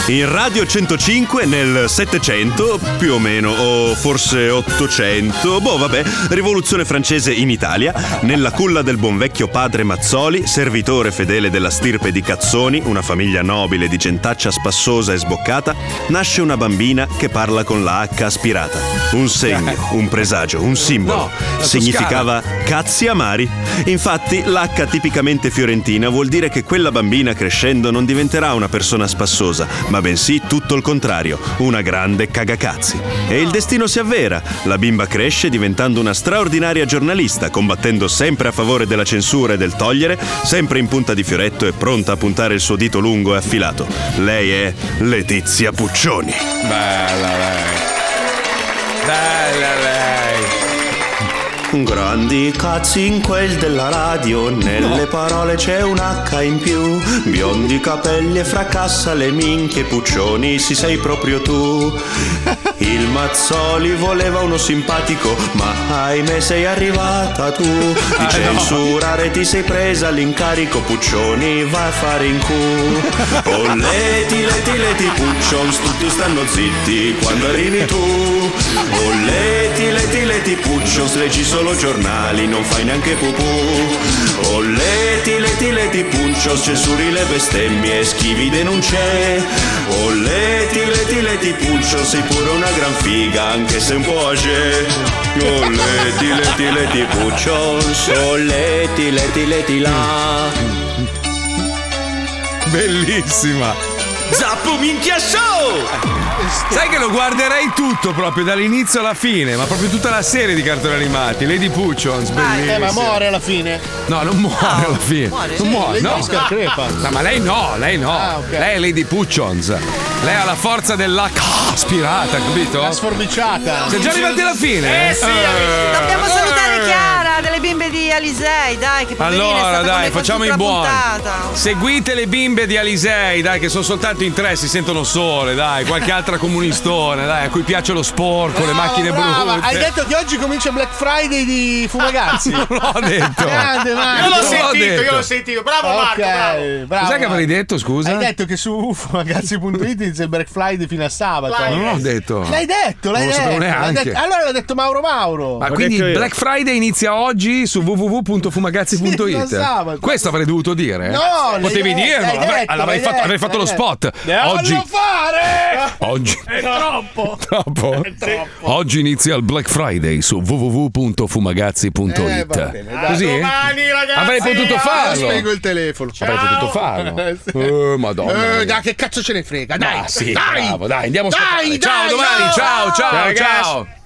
In Radio 105 nel 700, più o meno, o forse 800, rivoluzione francese in Italia, nella culla del buon vecchio padre Mazzoli, servitore fedele della stirpe di Cazzoni, una famiglia nobile di gentaccia spassosa e sboccata, nasce una bambina che parla con la H aspirata. Un segno, un presagio, un simbolo. Significava cazzi amari. Infatti l'H tipicamente fiorentina vuol dire che quella bambina crescendo non diventerà una persona spassosa, ma bensì tutto il contrario, una grande cagacazzi. E il destino si avvera. La bimba cresce diventando una straordinaria giornalista, combattendo sempre a favore della censura e del togliere, sempre in punta di fioretto e pronta a puntare il suo dito lungo e affilato. Lei è Letizia Puccioni. Bella lei. Bella lei. Grandi cazzi in quel della radio, nelle parole c'è un H in più. Biondi capelli e fracassa le minchie, Puccioni, sì sei proprio tu. Il Mazzoli voleva uno simpatico, ma ahimè sei arrivata tu. Di censurare ti sei presa l'incarico, Puccioni, va a fare in cu. Oh leti, leti, leti, Puccions, tutti stanno zitti quando arrivi tu. Oh leti, leti, leti, Puccions, leggi solo giornali, non fai neanche pupù. Oh leti, leti, leti, Puccions, censuri le bestemmie, schivi denunce. Oh leti, leti, leti, Puccions, sei pure una gran figa, anche se un po' age. Oh leti, leti, leti, Puccions, oh leti, leti, leti là. Bellissima. Zappo minchia show! Sai che lo guarderei tutto proprio dall'inizio alla fine, ma proprio tutta la serie di cartoni animati. Lady Puccions, bellissima. Ma muore alla fine? No, non muore alla fine. Non muore, no. Crepa. No, ma lei no. Okay. Lei è Lady Puccions. Lei ha la forza della aspirata, capito? La sforbiciata. Siamo già arrivati alla fine? Sì. Dobbiamo salutare Chiara delle bimbe di Alisei, dai, che poverina, allora, è stata dai, come facciamo i tutta buoni. puntata. Seguite le bimbe di Alisei, dai, che sono soltanto in 3, si sentono sole, dai, qualche altra comunistone, dai, a cui piace lo sporco, le macchine brutte. Hai detto che oggi comincia Black Friday di Fumagazzi. Non l'ho detto. Grande, Io l'ho sentito. Bravo Marco, bravo. Cos'è che avrei detto, scusa? Hai detto che su fumagazzi.it dice Black Friday fino a sabato. Non l'ho detto. L'hai detto. Non lo sapevo neanche. Allora l'ha detto Mauro. Ma quindi Black Friday inizia oggi su www.fumagazzi.it. Sabato. Questo avrei dovuto dire? No, potevi dirlo. Avrei fatto lo spot. Oggi. Fare! Oggi. È troppo. Troppo. Oggi inizia il Black Friday su www.fumagazzi.it. Così? Domani, ragazzi. Avrei potuto farlo. Spiego il telefono. Avrei potuto farlo. Madonna. Dai, che cazzo ce ne frega? Dai, sì, dai. bravo, dai, andiamo Dai, ciao, domani. Ciao. Ragazzi. Ciao.